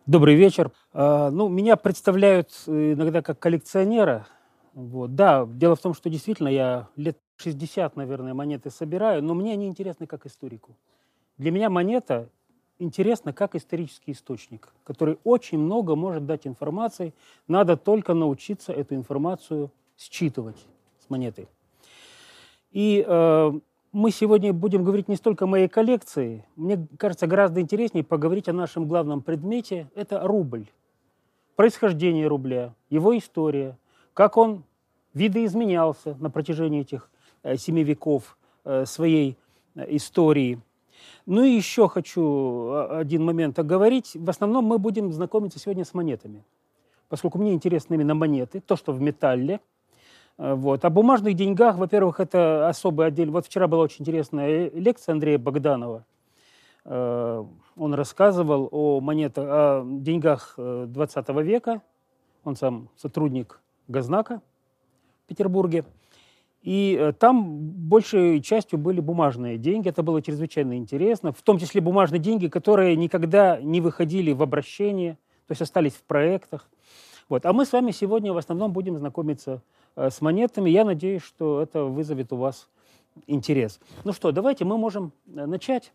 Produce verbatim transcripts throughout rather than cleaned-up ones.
Добрый вечер. А, Ну, меня представляют э, иногда как коллекционера. Вот. Да, дело в том, что действительно я лет шестьдесят, наверное, монеты собираю, но мне они интересны как историку. Для меня монета интересна как исторический источник, который очень много может дать информации. Надо только научиться эту информацию считывать с монеты. И э, мы сегодня будем говорить не столько о моей коллекции. Мне кажется, гораздо интереснее поговорить о нашем главном предмете. Это рубль. Происхождение рубля, его история, как он видоизменялся на протяжении этих э, семи веков э, своей э, истории. Ну и еще хочу а, один момент оговорить. В основном мы будем знакомиться сегодня с монетами, поскольку мне интересны именно монеты, то, что в металле. Э, Вот. О бумажных деньгах, во-первых, это особый отдел. Вот вчера была очень интересная лекция Андрея Богданова. Э, Он рассказывал о монетах, о деньгах э, двадцатого века. Он сам сотрудник Газнака в Петербурге. И э, там большей частью были бумажные деньги. Это было чрезвычайно интересно. В том числе бумажные деньги, которые никогда не выходили в обращение, то есть остались в проектах. Вот. А мы с вами сегодня в основном будем знакомиться э, с монетами. Я надеюсь, что это вызовет у вас интерес. Ну что, давайте мы можем э, начать.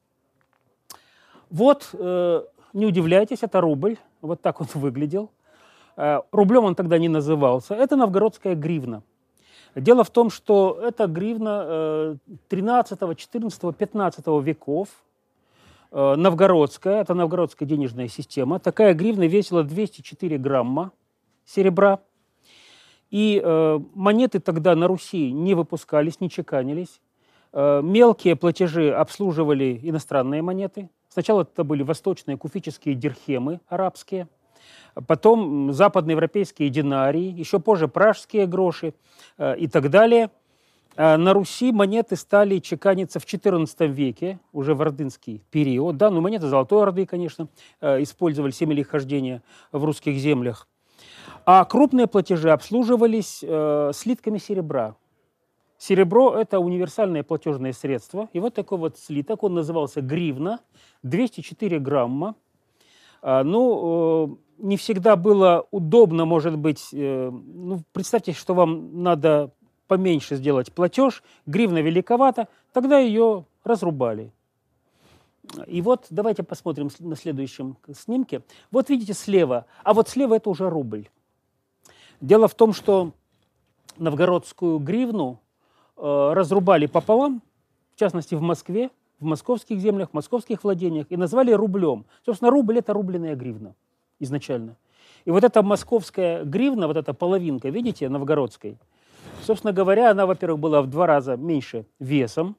Вот, э, не удивляйтесь, это рубль. Вот так он выглядел. Э, рублем он тогда не назывался. Это новгородская гривна. Дело в том, что это гривна тринадцатого, четырнадцатого, пятнадцатого веков, э, новгородская, это новгородская денежная система. Такая гривна весила двести четыре грамма серебра. И э, монеты тогда на Руси не выпускались, не чеканились. Э, мелкие платежи обслуживали иностранные монеты. Сначала это были восточные куфические дирхемы арабские, потом западноевропейские динарии, еще позже пражские гроши э, и так далее. А на Руси монеты стали чеканиться в четырнадцатом веке, уже в ордынский период. Да, ну, монеты Золотой Орды, конечно, э, использовались семь лет хождения в русских землях. А крупные платежи обслуживались э, слитками серебра. Серебро – это универсальное платежное средство. И вот такой вот слиток, он назывался гривна, двести четыре грамма. А, ну, э, не всегда было удобно, может быть, э, ну, представьте, что вам надо поменьше сделать платеж, гривна великовата, тогда ее разрубали. И вот давайте посмотрим на следующем снимке. Вот видите слева, а вот слева это уже рубль. Дело в том, что новгородскую гривну э, разрубали пополам, в частности в Москве, в московских землях, в московских владениях, и назвали рублем. Собственно, рубль – это рубленая гривна изначально. И вот эта московская гривна, вот эта половинка, видите, новгородской, собственно говоря, она, во-первых, была в два раза меньше весом,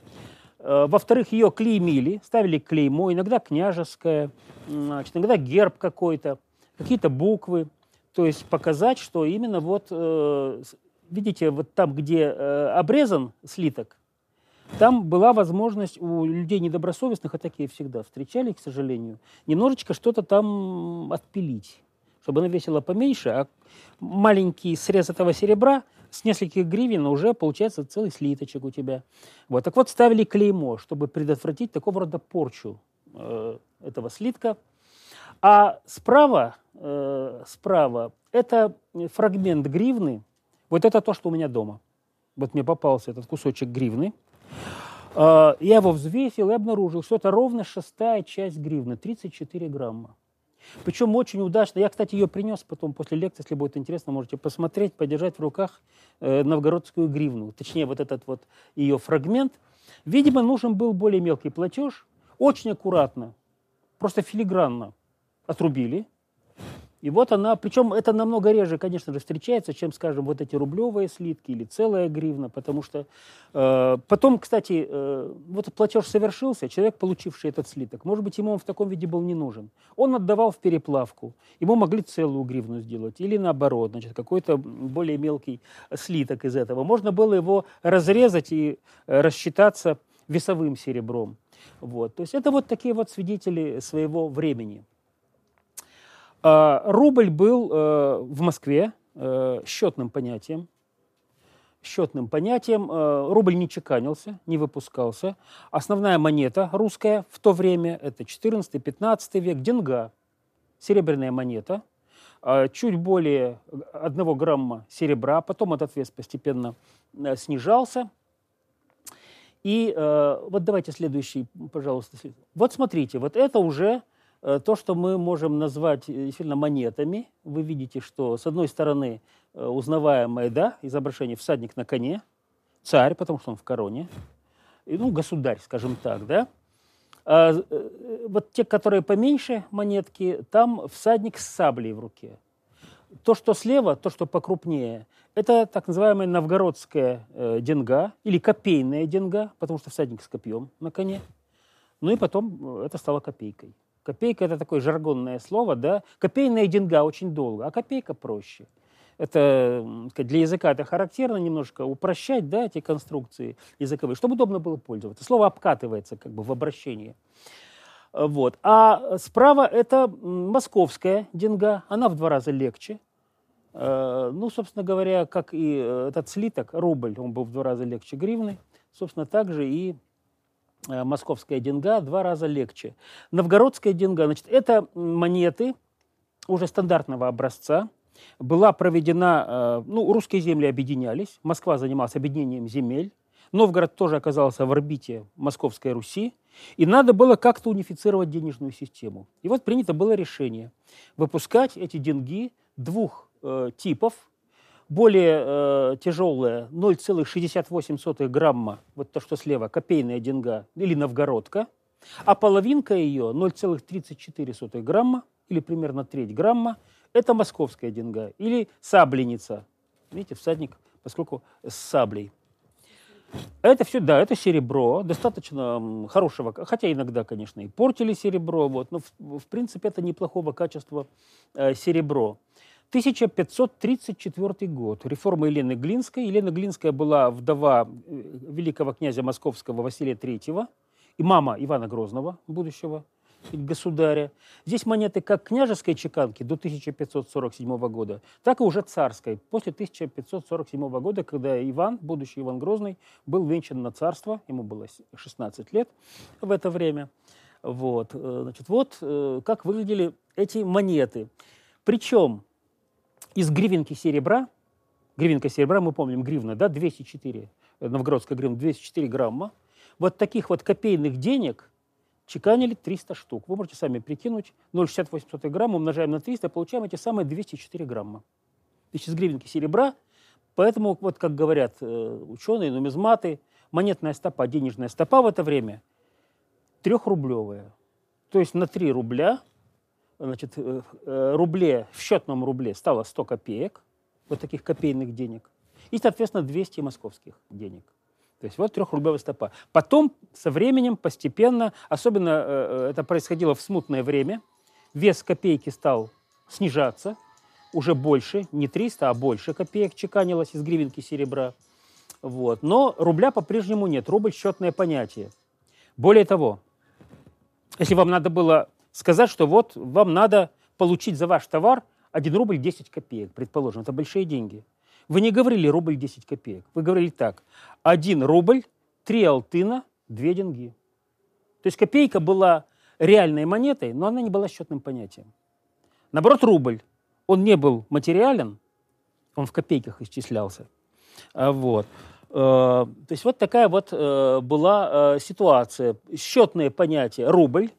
во-вторых, ее клеймили, ставили клеймо, иногда княжеское, значит, иногда герб какой-то, какие-то буквы, то есть показать, что именно вот, э, видите, вот там, где э, обрезан слиток, там была возможность у людей недобросовестных, а такие всегда встречали, к сожалению, немножечко что-то там отпилить, чтобы она весила поменьше, а маленький срез этого серебра с нескольких гривен уже получается целый слиточек у тебя. Вот. Так вот, ставили клеймо, чтобы предотвратить такого рода порчу э, этого слитка. А справа, э, справа это фрагмент гривны. Вот это то, что у меня дома. Вот мне попался этот кусочек гривны. Э, я его взвесил и обнаружил, что это ровно шестая часть гривны, тридцать четыре грамма. Причем очень удачно. Я, кстати, ее принес потом после лекции, если будет интересно, можете посмотреть, подержать в руках э, новгородскую гривну. Точнее, вот этот вот ее фрагмент. Видимо, нужен был более мелкий платеж. Очень аккуратно, просто филигранно отрубили. И вот она, причем это намного реже, конечно же, встречается, чем, скажем, вот эти рублевые слитки или целая гривна, потому что э, потом, кстати, э, вот платеж совершился, человек, получивший этот слиток, может быть, ему он в таком виде был не нужен. Он отдавал в переплавку, ему могли целую гривну сделать или наоборот, значит, какой-то более мелкий слиток из этого. Можно было его разрезать и э, рассчитаться весовым серебром. Вот. То есть это вот такие вот свидетели своего времени. Рубль был э, в Москве э, счетным понятием. Счетным понятием. Э, рубль не чеканился, не выпускался. Основная монета русская в то время – это четырнадцатый-пятнадцатый век, деньга. серебряная монета, чуть более одного грамма серебра, потом этот вес постепенно снижался. И вот давайте следующий, пожалуйста. Вот смотрите, вот это уже то, что мы можем назвать действительно монетами. Вы видите, что с одной стороны узнаваемое, да, изображение всадник на коне, царь, потому что он в короне, и, ну, государь, скажем так, да. А, вот те, которые поменьше монетки, там всадник с саблей в руке. То, что слева, то, что покрупнее, это так называемая новгородская э, деньга или копейная деньга, потому что всадник с копьем на коне. Ну и потом это стало копейкой. Копейка – это такое жаргонное слово, да. Копейная деньга очень долго, а копейка проще. Это для языка это характерно немножко упрощать, да, эти конструкции языковые, чтобы удобно было пользоваться. Слово обкатывается как бы в обращении. Вот. А справа это московская деньга, она в два раза легче. Ну, собственно говоря, как и этот слиток, рубль, он был в два раза легче гривны, собственно, так же и московская деньга в два раза легче. Новгородская деньга, значит, это монеты уже стандартного образца. Была проведена, ну, русские земли объединялись, Москва занималась объединением земель, Новгород тоже оказался в орбите Московской Руси, и надо было как-то унифицировать денежную систему. И вот принято было решение выпускать эти деньги двух э, типов. Более э, тяжелая ноль целых шестьдесят восемь сотых грамма, вот то, что слева, копейная деньга или новгородка, а половинка ее ноль целых тридцать четыре сотых грамма, или примерно треть грамма, это московская деньга или сабленица. Видите, всадник, поскольку с саблей. Это все, да, это серебро, достаточно хорошего, хотя иногда, конечно, и портили серебро, вот, но в, в принципе это неплохого качества э, серебро. тысяча пятьсот тридцать четвёртый год, реформа Елены Глинской. Елена Глинская была вдова великого князя московского Василия третьего и мама Ивана Грозного, будущего государя. Здесь монеты как княжеской чеканки до тысяча пятьсот сорок седьмого года, так и уже царской после тысяча пятьсот сорок седьмого года, когда Иван, будущий Иван Грозный, был венчан на царство, ему было шестнадцать лет в это время. Вот, значит, вот как выглядели эти монеты. Причем из гривенки серебра, гривенка серебра, мы помним, гривна, да, двести четыре, новгородская гривна, двести четыре грамма, вот таких вот копейных денег чеканили триста штук. Вы можете сами прикинуть, ноль целых шестьдесят восемь сотых грамма умножаем на триста, получаем эти самые двести четыре грамма. То есть из гривенки серебра, поэтому, вот как говорят ученые, нумизматы, монетная стопа, денежная стопа в это время трехрублевая. То есть на три рубля, значит, рубле, в счетном рубле стало сто копеек, вот таких копейных денег, и, соответственно, двести московских денег. То есть вот трехрублевая стопа. Потом, со временем, постепенно, особенно э, это происходило в смутное время, вес копейки стал снижаться, уже больше, не триста, а больше копеек чеканилось из гривенки серебра. Вот. Но рубля по-прежнему нет, рубль – счетное понятие. Более того, если вам надо было сказать, что вот вам надо получить за ваш товар один рубль десять копеек, предположим, это большие деньги. Вы не говорили рубль десять копеек. Вы говорили так. один рубль, три алтына, две деньги. То есть копейка была реальной монетой, но она не была счетным понятием. Наоборот, рубль, он не был материален, он в копейках исчислялся. Вот. То есть вот такая вот была ситуация. Счетные понятия: рубль,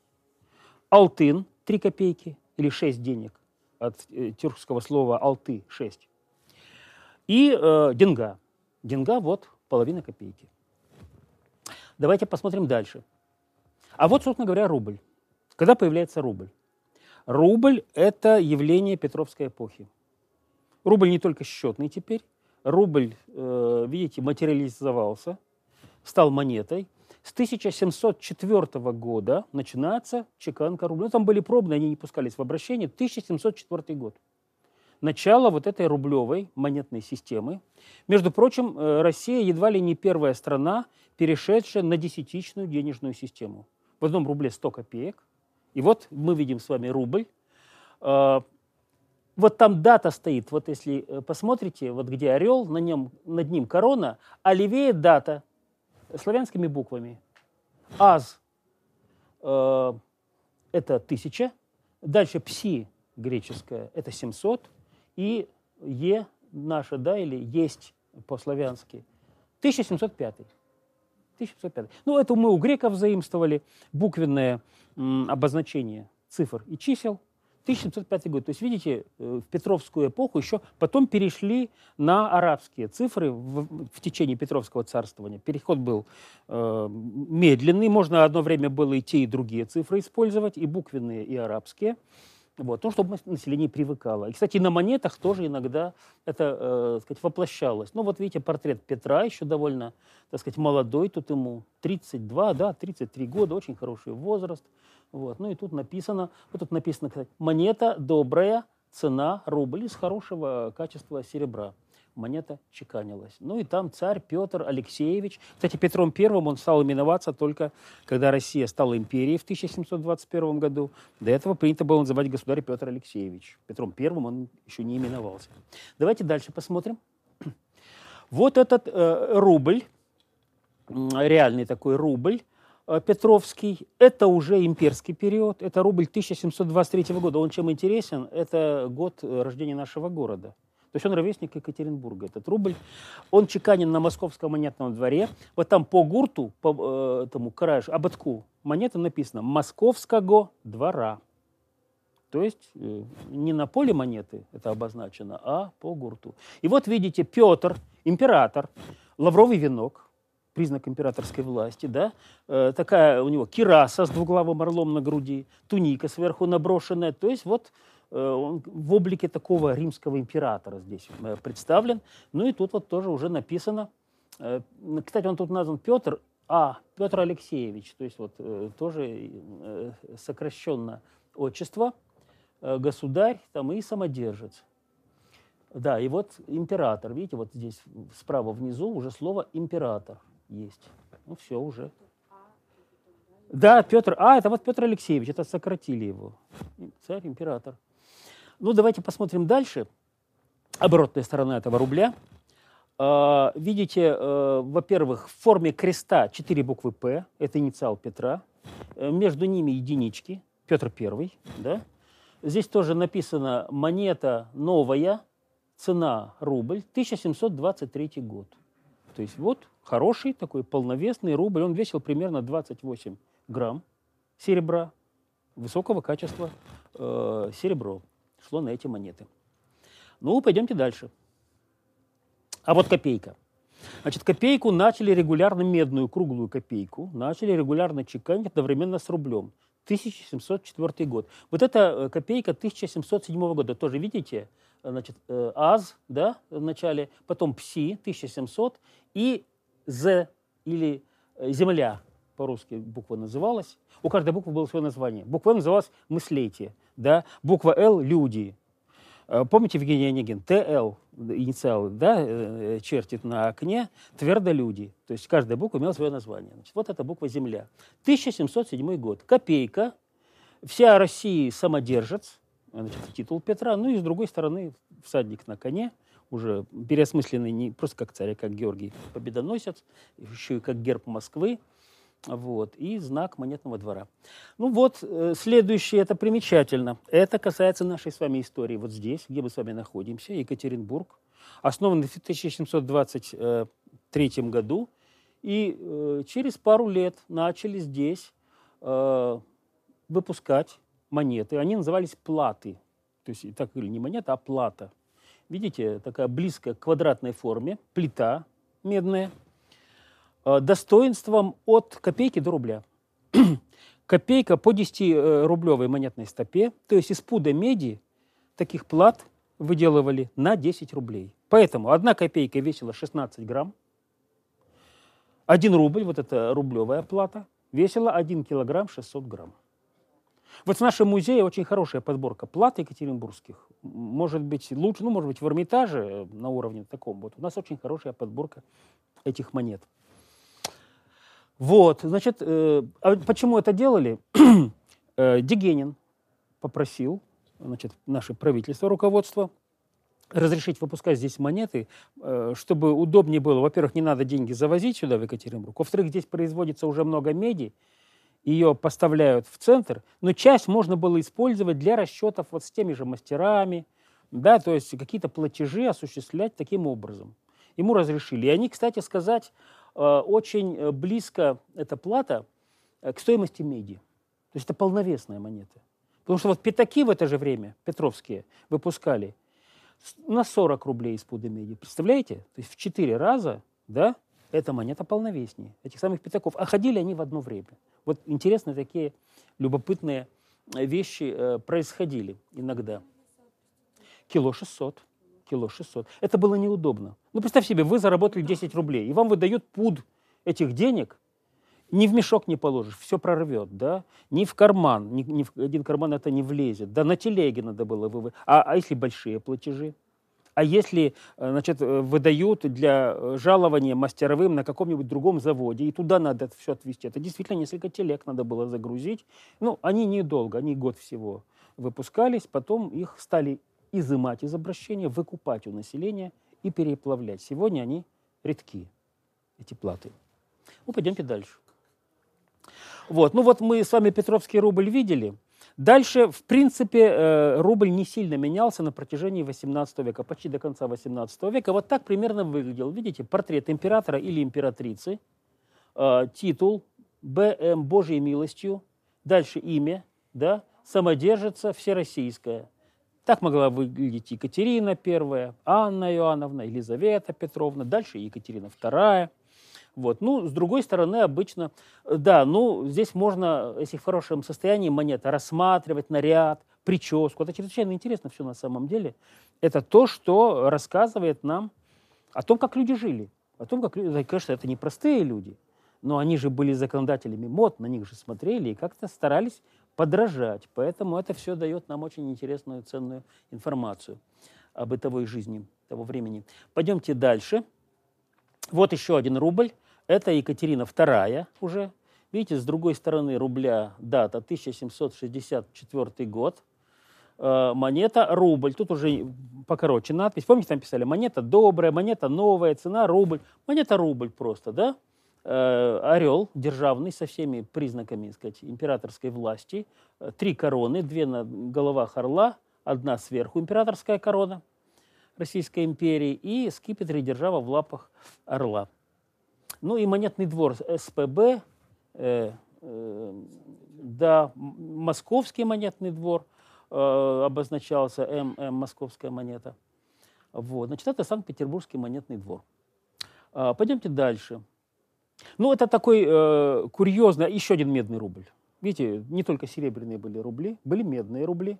алтын, три копейки или шесть денег, от тюркского слова алты, шесть. И э, деньга. Деньга вот половина копейки. Давайте посмотрим дальше. А вот, собственно говоря, рубль. Когда появляется рубль? Рубль – это явление Петровской эпохи. Рубль не только счетный теперь. Рубль, э, видите, материализовался, стал монетой. С тысяча семьсот четвёртого года начинается чеканка рубля. Ну, там были пробные, они не пускались в обращение. тысяча семьсот четвёртый год. Начало вот этой рублевой монетной системы. Между прочим, Россия едва ли не первая страна, перешедшая на десятичную денежную систему. В одном рубле сто копеек. И вот мы видим с вами рубль. Вот там дата стоит. Вот если посмотрите, вот где орел, на нем, над ним корона, а левее дата славянскими буквами. Аз – это тысяча, Дальше пси греческое – это семьсот. И е наша, да, или есть по-славянски – тысяча семьсот пятый. тысяча семьсот пятый. Ну, это мы у греков заимствовали буквенное м, обозначение цифр и чисел. тысяча семьсот пятый год. То есть, видите, в Петровскую эпоху еще потом перешли на арабские цифры в, в течение Петровского царствования. Переход был э, медленный. Можно одно время было и те, и другие цифры использовать, и буквенные, и арабские. Вот, ну, чтобы население привыкало. И, кстати, на монетах тоже иногда это, э, так сказать, воплощалось. Ну, вот видите, портрет Петра еще довольно, так сказать, молодой. Тут ему тридцать два, да, тридцать три года, очень хороший возраст. Вот, ну и тут написано, вот тут написано, кстати, монета добрая, цена рубль из хорошего качества серебра. Монета чеканилась. Ну и там царь Петр Алексеевич. Кстати, Петром Первым он стал именоваться только когда Россия стала империей в тысяча семьсот двадцать первом году. До этого принято было называть государь Петр Алексеевич. Петром Первым он еще не именовался. Давайте дальше посмотрим. Вот этот э, рубль, реальный такой рубль э, петровский, это уже имперский период. Это рубль тысяча семьсот двадцать третьего года. Он чем интересен? Это год рождения нашего города. То есть он ровесник Екатеринбурга, этот рубль. Он чеканен на Московском монетном дворе. Вот там по гурту, по э, этому краю, ободку монеты написано «Московского двора». То есть э, не на поле монеты это обозначено, а по гурту. И вот видите, Петр, император, лавровый венок, признак императорской власти, да, э, такая у него кираса с двуглавым орлом на груди, туника сверху наброшенная. То есть вот он в облике такого римского императора здесь представлен. Ну и тут вот тоже уже написано. Кстати, он тут назван Петр, а Петр Алексеевич. То есть вот тоже сокращенно отчество, государь там и самодержец. Да, и вот император. Видите, вот здесь справа внизу уже слово император есть. Ну все уже. Да, Петр. А, это вот Петр Алексеевич, это сократили его. Царь, император. Ну, давайте посмотрим дальше. Оборотная сторона этого рубля. Э, видите, э, во-первых, в форме креста четыре буквы «П». Это инициал Петра. Э, между ними единички. Петр Первый. Да? Здесь тоже написано «Монета новая, цена рубль, тысяча семьсот двадцать третий год». То есть вот хороший такой полновесный рубль. Он весил примерно двадцать восемь грамм серебра. Высокого качества э, серебро шло на эти монеты. Ну, пойдемте дальше. А вот копейка. Значит, копейку начали регулярно, медную круглую копейку, начали регулярно чеканить одновременно с рублем. тысяча семьсот четвёртый год. Вот эта копейка тысяча семьсот седьмого года. Тоже видите, значит, АЗ, да, в начале, потом ПСИ, тысяча семьсот, и З, или земля, по-русски буква называлась. У каждой буквы было свое название. Буква М называлась «Мыслейте», да? Буква Л – «Люди». Помните Евгений Онегин? ТЛ, инициалы, да, чертит на окне, твердолюди. То есть каждая буква имела свое название. Значит, вот эта буква «Земля». тысяча семьсот седьмой год. Копейка. Вся Россия самодержец. Значит, титул Петра. Ну и с другой стороны всадник на коне, уже переосмысленный не просто как царь, а как Георгий Победоносец, еще и как герб Москвы. Вот, и знак монетного двора. Ну вот, э, следующее, это примечательно. Это касается нашей с вами истории. Вот здесь, где мы с вами находимся, Екатеринбург, основан в тысяча семьсот двадцать третьем году. И э, через пару лет начали здесь э, выпускать монеты. Они назывались платы. То есть так или не монета, а плата. Видите, такая близкая к квадратной форме, плита медная, достоинством от копейки до рубля. Копейка по десятирублевой монетной стопе, то есть из пуда меди таких плат выделывали на десять рублей. Поэтому одна копейка весила шестнадцать грамм, один рубль, вот эта рублевая плата, весила один килограмм шестьсот грамм. Вот в нашем музее очень хорошая подборка плат екатеринбургских. Может быть, лучше, ну, может быть, в Эрмитаже на уровне таком. Вот у нас очень хорошая подборка этих монет. Вот, значит, э, а почему это делали? э, Дегенин попросил, значит, наше правительство, руководство, разрешить выпускать здесь монеты, э, чтобы удобнее было. Во-первых, не надо деньги завозить сюда, в Екатеринбург. Во-вторых, здесь производится уже много меди, ее поставляют в центр, но часть можно было использовать для расчетов вот с теми же мастерами, да, то есть какие-то платежи осуществлять таким образом. Ему разрешили. И они, кстати сказать, очень близко, эта плата, к стоимости меди. То есть это полновесная монета. Потому что вот пятаки в это же время, петровские, выпускали на сорок рублей из пуда меди. Представляете? То есть в четыре раза, да, эта монета полновеснее этих самых пятаков. А ходили они в одно время. Вот интересные такие любопытные вещи э, происходили иногда. Кило шестьсот. Кило шестьсот. Это было неудобно. Ну, представь себе, вы заработали десять рублей, и вам выдают пуд этих денег, ни в мешок не положишь, все прорвет, да, ни в карман, ни, ни в один карман это не влезет, да, на телеге надо было выводить. А, а если большие платежи? А если, значит, выдают для жалования мастеровым на каком-нибудь другом заводе, и туда надо это все отвезти, это действительно несколько телег надо было загрузить. Ну, они недолго, они год всего выпускались, потом их стали изымать из обращения, выкупать у населения и переплавлять. Сегодня они редки, эти платы. Ну, пойдемте дальше. Вот. Ну вот мы с вами Петровский рубль видели. Дальше, в принципе, рубль не сильно менялся на протяжении восемнадцатого века, почти до конца восемнадцатого века. Вот так примерно выглядел. Видите, портрет императора или императрицы, титул, Б М Божьей милостью, дальше имя, да, самодержица всероссийская. Так могла выглядеть Екатерина первая, Анна Иоанновна, Елизавета Петровна, дальше Екатерина вторая. Вот. Ну, с другой стороны, обычно, да, ну, здесь можно, если в хорошем состоянии монета, рассматривать наряд, прическу. Это чрезвычайно интересно все на самом деле. Это то, что рассказывает нам о том, как люди жили. О том, как люди, конечно, это не простые люди, но они же были законодателями мод, на них же смотрели и как-то старались подражать. Поэтому это все дает нам очень интересную, ценную информацию о бытовой жизни того времени. Пойдемте дальше. Вот еще один рубль. Это Екатерина вторая уже. Видите, с другой стороны рубля дата тысяча семьсот шестьдесят четвёртый год. Э, монета рубль. Тут уже покороче надпись. Помните, там писали монета добрая, монета новая, цена рубль. Монета рубль просто, да? Э, орел державный со всеми признаками, так сказать, императорской власти. Э, три короны, две на головах орла, одна сверху императорская корона Российской империи и скипетр и держава в лапах орла. Ну и монетный двор С П Б, э, э, да, московский монетный двор э, обозначался, М М, московская монета. Вот. Значит, это Санкт-Петербургский монетный двор. А, пойдемте дальше. Ну, это такой э, курьезный, еще один медный рубль. Видите, не только серебряные были рубли, были медные рубли.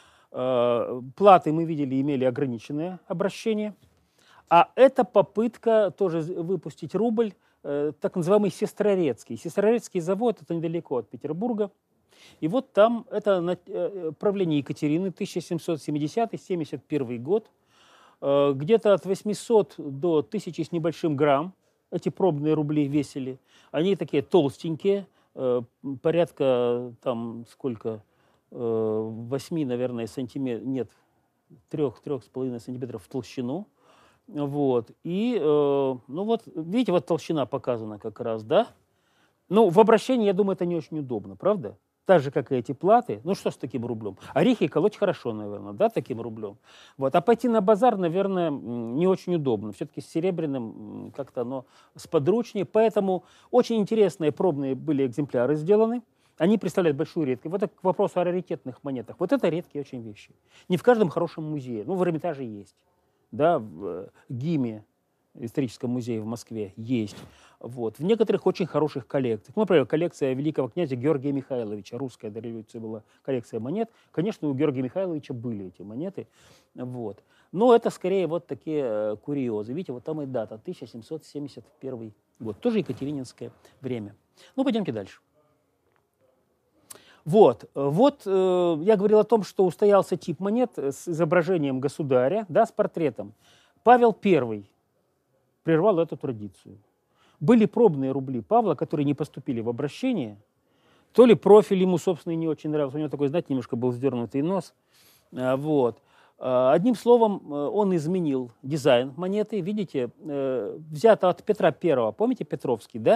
Платы, мы видели, имели ограниченное обращение. А это попытка тоже выпустить рубль, так называемый Сестрорецкий. Сестрорецкий завод, это недалеко от Петербурга. И вот там это правление Екатерины, тысяча семьсот семидесятый — семьдесят первый год. Где-то от восьмисот до тысячи с небольшим грамм эти пробные рубли весили. Они такие толстенькие, порядка там сколько... восьми, наверное, сантиметров, нет, трех, трех с половиной сантиметров в толщину. Вот. И, э, ну вот, видите, вот толщина показана как раз, да? Ну, в обращении, я думаю, это не очень удобно, правда? Так же, как и эти платы. Ну, что с таким рублем? Орехи колоть хорошо, наверное, да, таким рублем. Вот. А пойти на базар, наверное, не очень удобно. Все-таки с серебряным как-то оно сподручнее. Поэтому очень интересные пробные были экземпляры сделаны. Они представляют большую редкость. Вот это к вопросу о раритетных монетах. Вот это редкие очень вещи. Не в каждом хорошем музее. Ну, в Эрмитаже есть. Да, в ГИМе, историческом музее в Москве, есть. Вот. В некоторых очень хороших коллекциях. Ну, например, коллекция великого князя Георгия Михайловича. Русская до революции была коллекция монет. Конечно, у Георгия Михайловича были эти монеты. Вот. Но это скорее вот такие курьезы. Видите, вот там и дата. тысяча семьсот семьдесят первый год. Тоже екатерининское время. Ну, пойдемте дальше. Вот, вот э, я говорил о том, что устоялся тип монет с изображением государя, да, с портретом. Павел Первый прервал эту традицию. Были пробные рубли Павла, которые не поступили в обращение. То ли профиль ему, собственно, не очень нравился. У него такой, знаете, немножко был сдернутый нос. А, вот. А, одним словом, он изменил дизайн монеты. Видите, э, взято от Петра Первого. Помните Петровский, да?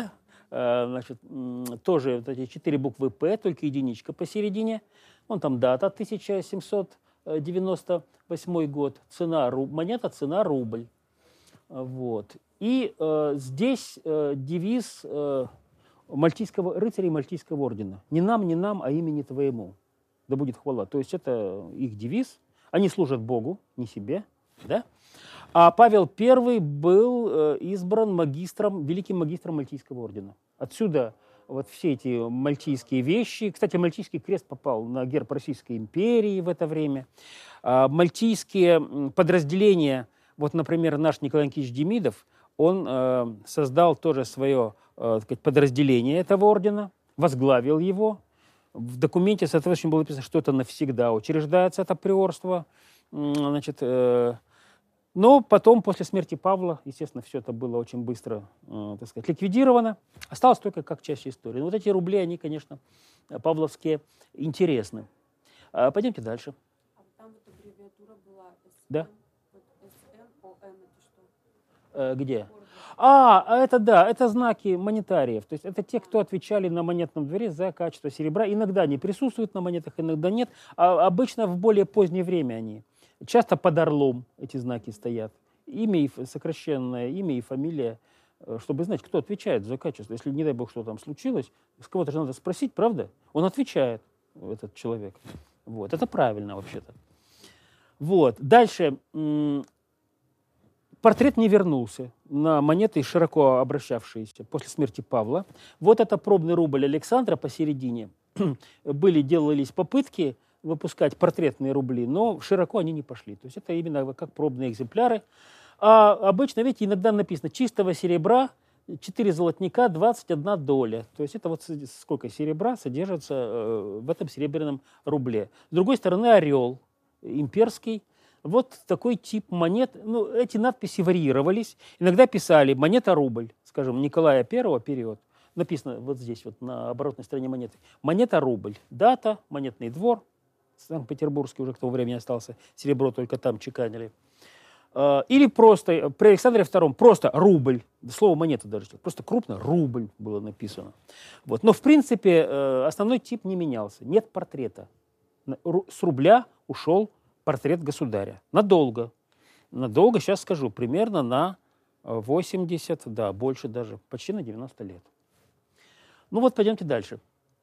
значит, тоже вот эти четыре буквы «П», только единичка посередине. Вон там дата, тысяча семьсот девяносто восьмой год, цена, монета, цена рубль. Вот. И э, здесь э, девиз э, мальтийского, рыцарей Мальтийского ордена. «Не нам, не нам, а имени твоему. Да будет хвала». То есть это их девиз. Они служат Богу, не себе. Да? А Павел Первый был э, избран магистром, великим магистром Мальтийского ордена. Отсюда вот все эти мальтийские вещи. Кстати, мальтийский крест попал на герб Российской империи в это время. А мальтийские подразделения, вот, например, наш Николай Никитич Демидов, он э, создал тоже свое э, так сказать, подразделение этого ордена, возглавил его. В документе, соответственно, было написано, что это навсегда учреждается, это приорство. Значит, э, но потом, после смерти Павла, естественно, все это было очень быстро, э, так сказать, ликвидировано. Осталось только как часть истории. Но вот эти рубли, они, конечно, павловские, интересны. А, пойдемте дальше. А там вот аббревиатура была эс эм. Да. Вот эс эм, о эм это что? Э, где? А, это да, это знаки монетариев. То есть это те, кто отвечали на монетном дворе за качество серебра. Иногда они присутствуют на монетах, иногда нет. А обычно в более позднее время они. Часто под орлом эти знаки стоят. Имя, и сокращенное имя и фамилия, чтобы знать, кто отвечает за качество. Если, не дай бог, что там случилось, с кого-то же надо спросить, правда? Он отвечает, этот человек. Вот. Это правильно вообще-то. Вот. Дальше. Портрет не вернулся на монеты, широко обращавшиеся после смерти Павла. Вот это пробный рубль Александра посередине. Были, делались попытки выпускать портретные рубли, но широко они не пошли. То есть это именно как пробные экземпляры. А обычно, видите, иногда написано чистого серебра, четыре золотника, двадцать одна доля. То есть это вот сколько серебра содержится в этом серебряном рубле. С другой стороны, орел имперский. Вот такой тип монет. Ну, эти надписи варьировались. Иногда писали «монета-рубль», скажем, Николая Первого период. Написано вот здесь, вот на оборотной стороне монеты. Монета-рубль. Дата, монетный двор. Санкт-Петербургский уже к тому времени остался. Серебро только там чеканили. Или просто, при Александре Втором просто рубль. Слово монета даже. Просто крупно рубль было написано. Вот. Но, в принципе, основной тип не менялся. Нет портрета. С рубля ушел портрет государя. Надолго. Надолго, сейчас скажу, примерно на восемьдесят, да, больше даже, почти на девяносто лет. Ну вот, пойдемте дальше.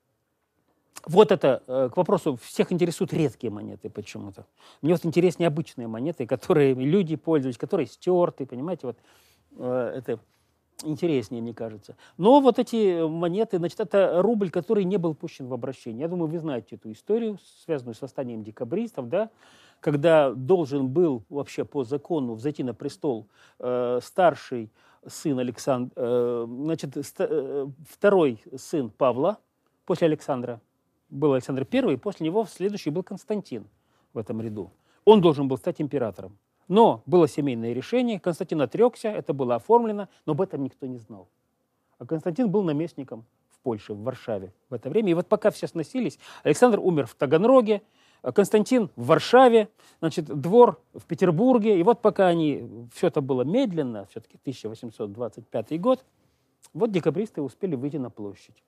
Вот это, к вопросу, всех интересуют редкие монеты почему-то. Мне вот интереснее обычные монеты, которые люди пользуются, которые стерты, понимаете, вот это интереснее, мне кажется. Но вот эти монеты, значит, это рубль, который не был пущен в обращение. Я думаю, вы знаете эту историю, связанную с восстанием декабристов, да, когда должен был вообще по закону взойти на престол э, старший сын Александра, э, значит, ст- второй сын Павла, после Александра был Александр Первый, и после него следующий был Константин в этом ряду. Он должен был стать императором. Но было семейное решение, Константин отрекся, это было оформлено, но об этом никто не знал. А Константин был наместником в Польше, в Варшаве в это время. И вот пока все сносились, Александр умер в Таганроге, Константин в Варшаве, значит, двор в Петербурге. И вот пока они, все это было медленно, все-таки тысяча восемьсот двадцать пятый год, вот декабристы успели выйти на площадь.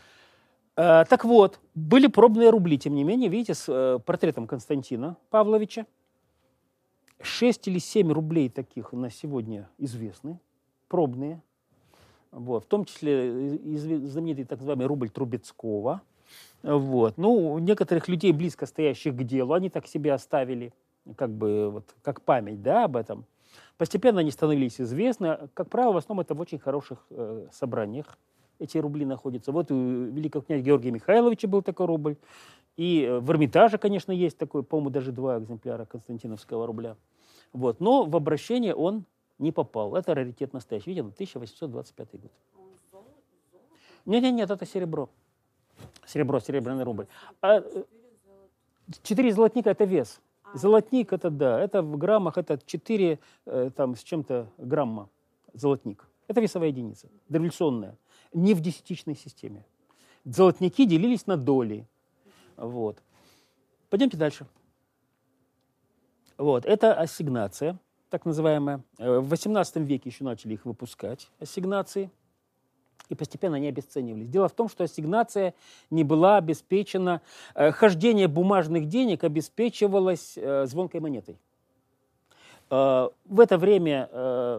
Э, так вот, были пробные рубли, тем не менее, видите, с э, портретом Константина Павловича. Шесть или семь рублей таких на сегодня известны, пробные. Вот, в том числе знаменитый так называемый рубль Трубецкого. Вот. Ну, у некоторых людей, близко стоящих к делу, они так себе оставили, как бы, вот, как память, да, об этом. Постепенно они становились известны. Как правило, в основном это в очень хороших э, собраниях эти рубли находятся. Вот у великого князя Георгия Михайловича был такой рубль. И в Эрмитаже, конечно, есть такой, по-моему, даже два экземпляра константиновского рубля. Вот. Но в обращение он не попал. Это раритет настоящий. Видите, тысяча восемьсот двадцать пятый год. Нет-нет-нет, это серебро. Серебро, серебряный рубль. А, четыре золотника – это вес. Золотник – это, да, это в граммах, это четыре там, с чем-то грамма золотник. Это весовая единица, дореволюционная, не в десятичной системе. Золотники делились на доли. Вот. Пойдемте дальше. Вот. Это ассигнация, так называемая. В восемнадцатом веке еще начали их выпускать, ассигнации. и постепенно они обесценивались. Дело в том, что ассигнация не была обеспечена, э, хождение бумажных денег обеспечивалось э, звонкой монетой. Э, в это время э,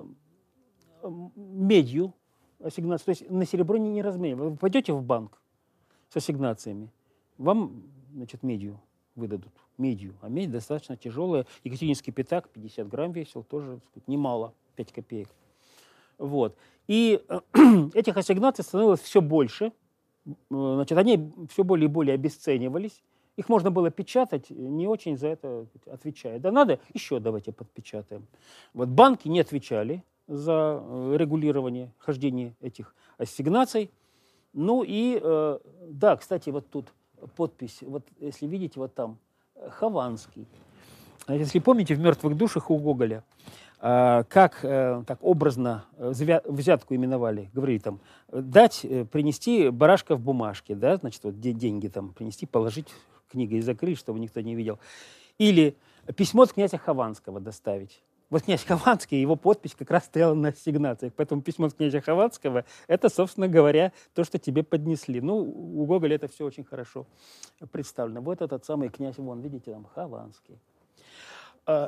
медью ассигнацию, то есть на серебро не, не разменивают. Вы пойдете в банк с ассигнациями, вам, значит, медью выдадут. Медью. А медь достаточно тяжелая. Екатерининский пятак пятьдесят грамм весил, тоже, так сказать, немало, пять копеек. Вот. И этих ассигнаций становилось все больше. Значит, они все более и более обесценивались. Их можно было печатать, не очень за это отвечая. Да надо, еще давайте подпечатаем. Вот банки не отвечали за регулирование хождения этих ассигнаций. Ну и, э, да, кстати, вот тут подпись, вот если видите, вот там, Хованский. Если помните, в «Мертвых душах» у Гоголя, э, как э, так образно взятку именовали, говорили там, дать, принести барашка в бумажке, да, значит, вот деньги там принести, положить книгой и закрыть, чтобы никто не видел. Или письмо от князя Хованского доставить. Вот князь Хованский, его подпись как раз стояла на ассигнациях. Поэтому письмо от князя Хованского – это, собственно говоря, то, что тебе поднесли. Ну, у Гоголя это все очень хорошо представлено. Вот этот самый князь, вон, видите, там, Хованский. А,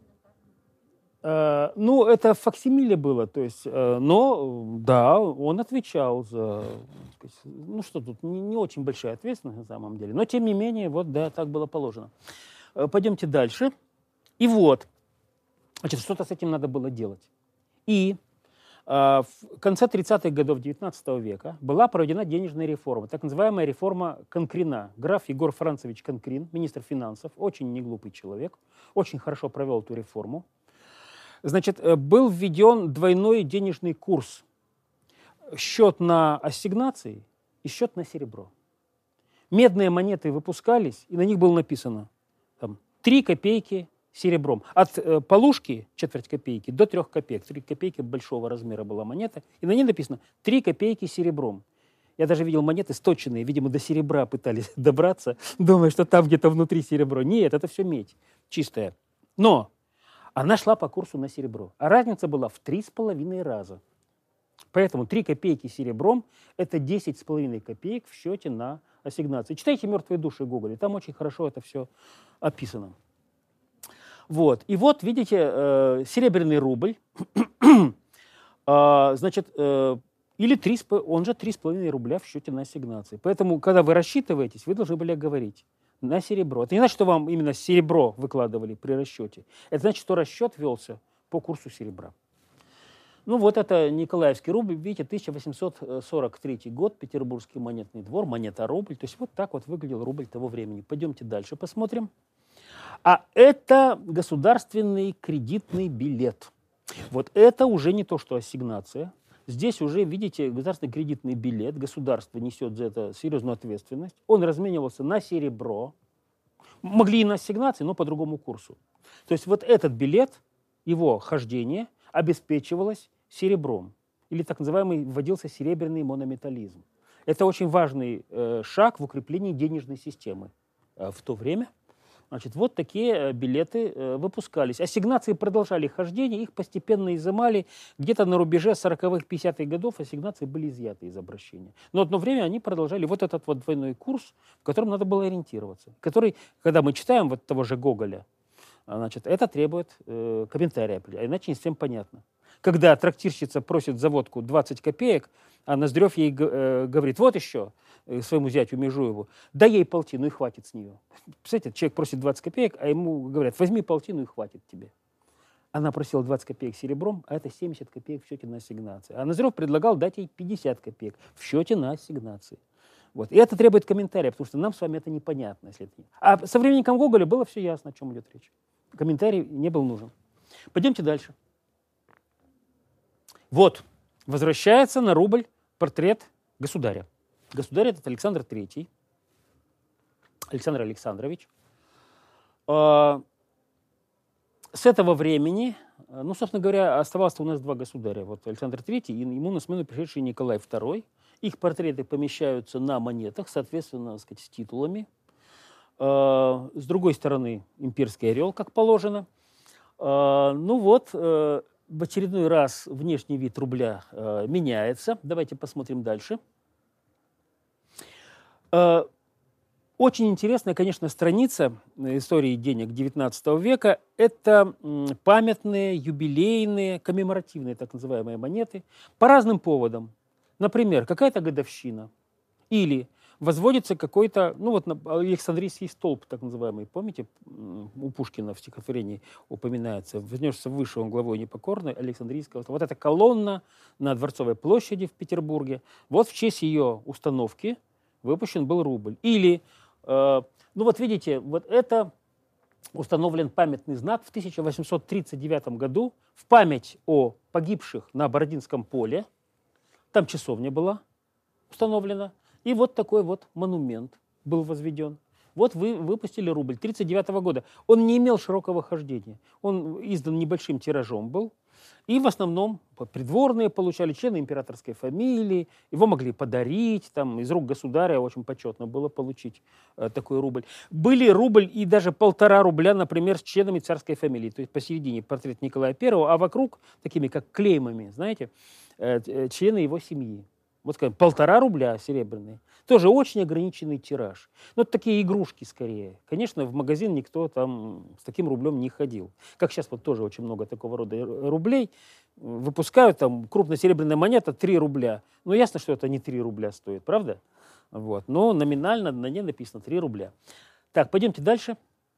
а, ну, это факсимиле было, то есть, а, но, да, он отвечал за, сказать, ну, что тут, не, не очень большая ответственность на самом деле. Но, тем не менее, вот, да, так было положено. А, пойдемте дальше. И вот. Значит, что-то с этим надо было делать. И э, в конце тридцатых годов девятнадцатого века была проведена денежная реформа, так называемая реформа Конкрина. Граф Егор Францевич Конкрин, министр финансов, очень неглупый человек, очень хорошо провел эту реформу. Значит, был введен двойной денежный курс. Счет на ассигнации и счет на серебро. Медные монеты выпускались, и на них было написано там, три копейки серебром. От э, полушки, четверть копейки, до трех копеек. Три копейки большого размера была монета. И на ней написано три копейки серебром. Я даже видел монеты сточенные, видимо, до серебра пытались добраться, думая, что там где-то внутри серебро. Нет, это все медь чистая. Но она шла по курсу на серебро. А разница была в три с половиной раза. Поэтому три копейки серебром – это десять с половиной копеек в счете на ассигнации. Читайте «Мертвые души» Гоголя, там очень хорошо это все описано. Вот. И вот, видите, э, серебряный рубль, э, значит, э, или три, он же три с половиной рубля в счете на ассигнации. Поэтому, когда вы рассчитываетесь, вы должны были говорить на серебро. Это не значит, что вам именно серебро выкладывали при расчете. Это значит, что расчет велся по курсу серебра. Ну вот это Николаевский рубль, видите, тысяча восемьсот сорок третий год, Петербургский монетный двор, монета рубль. То есть вот так вот выглядел рубль того времени. Пойдемте дальше посмотрим. А это государственный кредитный билет. Вот это уже не то, что ассигнация. Здесь уже, видите, государственный кредитный билет. Государство несет за это серьезную ответственность. Он разменивался на серебро. Могли и на ассигнации, но по другому курсу. То есть вот этот билет, его хождение обеспечивалось серебром. Или так называемый вводился серебряный монометаллизм. Это очень важный э, шаг в укреплении денежной системы э, в то время. Значит, вот такие билеты э, выпускались. Ассигнации продолжали хождение, их постепенно изымали. Где-то на рубеже сороковых, пятидесятых годов ассигнации были изъяты из обращения. Но одно время они продолжали вот этот вот двойной курс, в котором надо было ориентироваться. Который, когда мы читаем вот того же Гоголя, значит, это требует э, комментария, а иначе не всем понятно. Когда трактирщица просит за водку двадцать копеек, а Ноздрев ей э, говорит, вот еще, э, своему зятю Межуеву, дай ей полтину и хватит с нее. Представляете, человек просит двадцать копеек, а ему говорят, возьми полтину и хватит тебе. Она просила двадцать копеек серебром, а это семьдесят копеек в счете на ассигнации. А Ноздрев предлагал дать ей пятьдесят копеек в счете на ассигнации. Вот. И это требует комментария, потому что нам с вами это непонятно. Если это не... А современникам Гоголя было все ясно, о чем идет речь. Комментарий не был нужен. Пойдемте дальше. Вот, возвращается на рубль портрет государя. Государь этот Александр Третий, Александр Александрович. С этого времени, ну, собственно говоря, оставалось у нас два государя. Вот Александр Третий и ему на смену пришедший Николай Второй. Их портреты помещаются на монетах, соответственно, так сказать, с титулами. С другой стороны, имперский орел, как положено. Ну вот, в очередной раз внешний вид рубля э, меняется. Давайте посмотрим дальше. Э, очень интересная, конечно, страница истории денег девятнадцатого века. Это м, памятные, юбилейные, коммеморативные так называемые монеты по разным поводам. Например, какая-то годовщина или возводится какой-то, ну вот Александрийский столб, так называемый, помните, у Пушкина в стихотворении упоминается, вознесся выше он главой непокорной Александрийского столба. Вот эта колонна на Дворцовой площади в Петербурге, вот в честь ее установки выпущен был рубль. Или, э, ну вот видите, вот это установлен памятный знак в тысяча восемьсот тридцать девятом году в память о погибших на Бородинском поле, там часовня была установлена. И вот такой вот монумент был возведен. Вот вы выпустили рубль тридцать девятого года. Он не имел широкого хождения. Он издан небольшим тиражом был. И в основном придворные получали, члены императорской фамилии. Его могли подарить. Там, из рук государя очень почетно было получить э, такой рубль. Были рубль и даже полтора рубля, например, с членами царской фамилии. То есть посередине портрет Николая Первого, а вокруг такими как клеймами, знаете, э, э, члены его семьи. Вот, скажем, полтора рубля серебряные. Тоже очень ограниченный тираж. Ну, это такие игрушки скорее. Конечно, в магазин никто там с таким рублем не ходил. Как сейчас вот тоже очень много такого рода рублей. Выпускают там крупносеребряная монета три рубля. Ну, ясно, что это не три рубля стоит, правда? Вот. Но номинально на ней написано три рубля. Так, пойдемте дальше.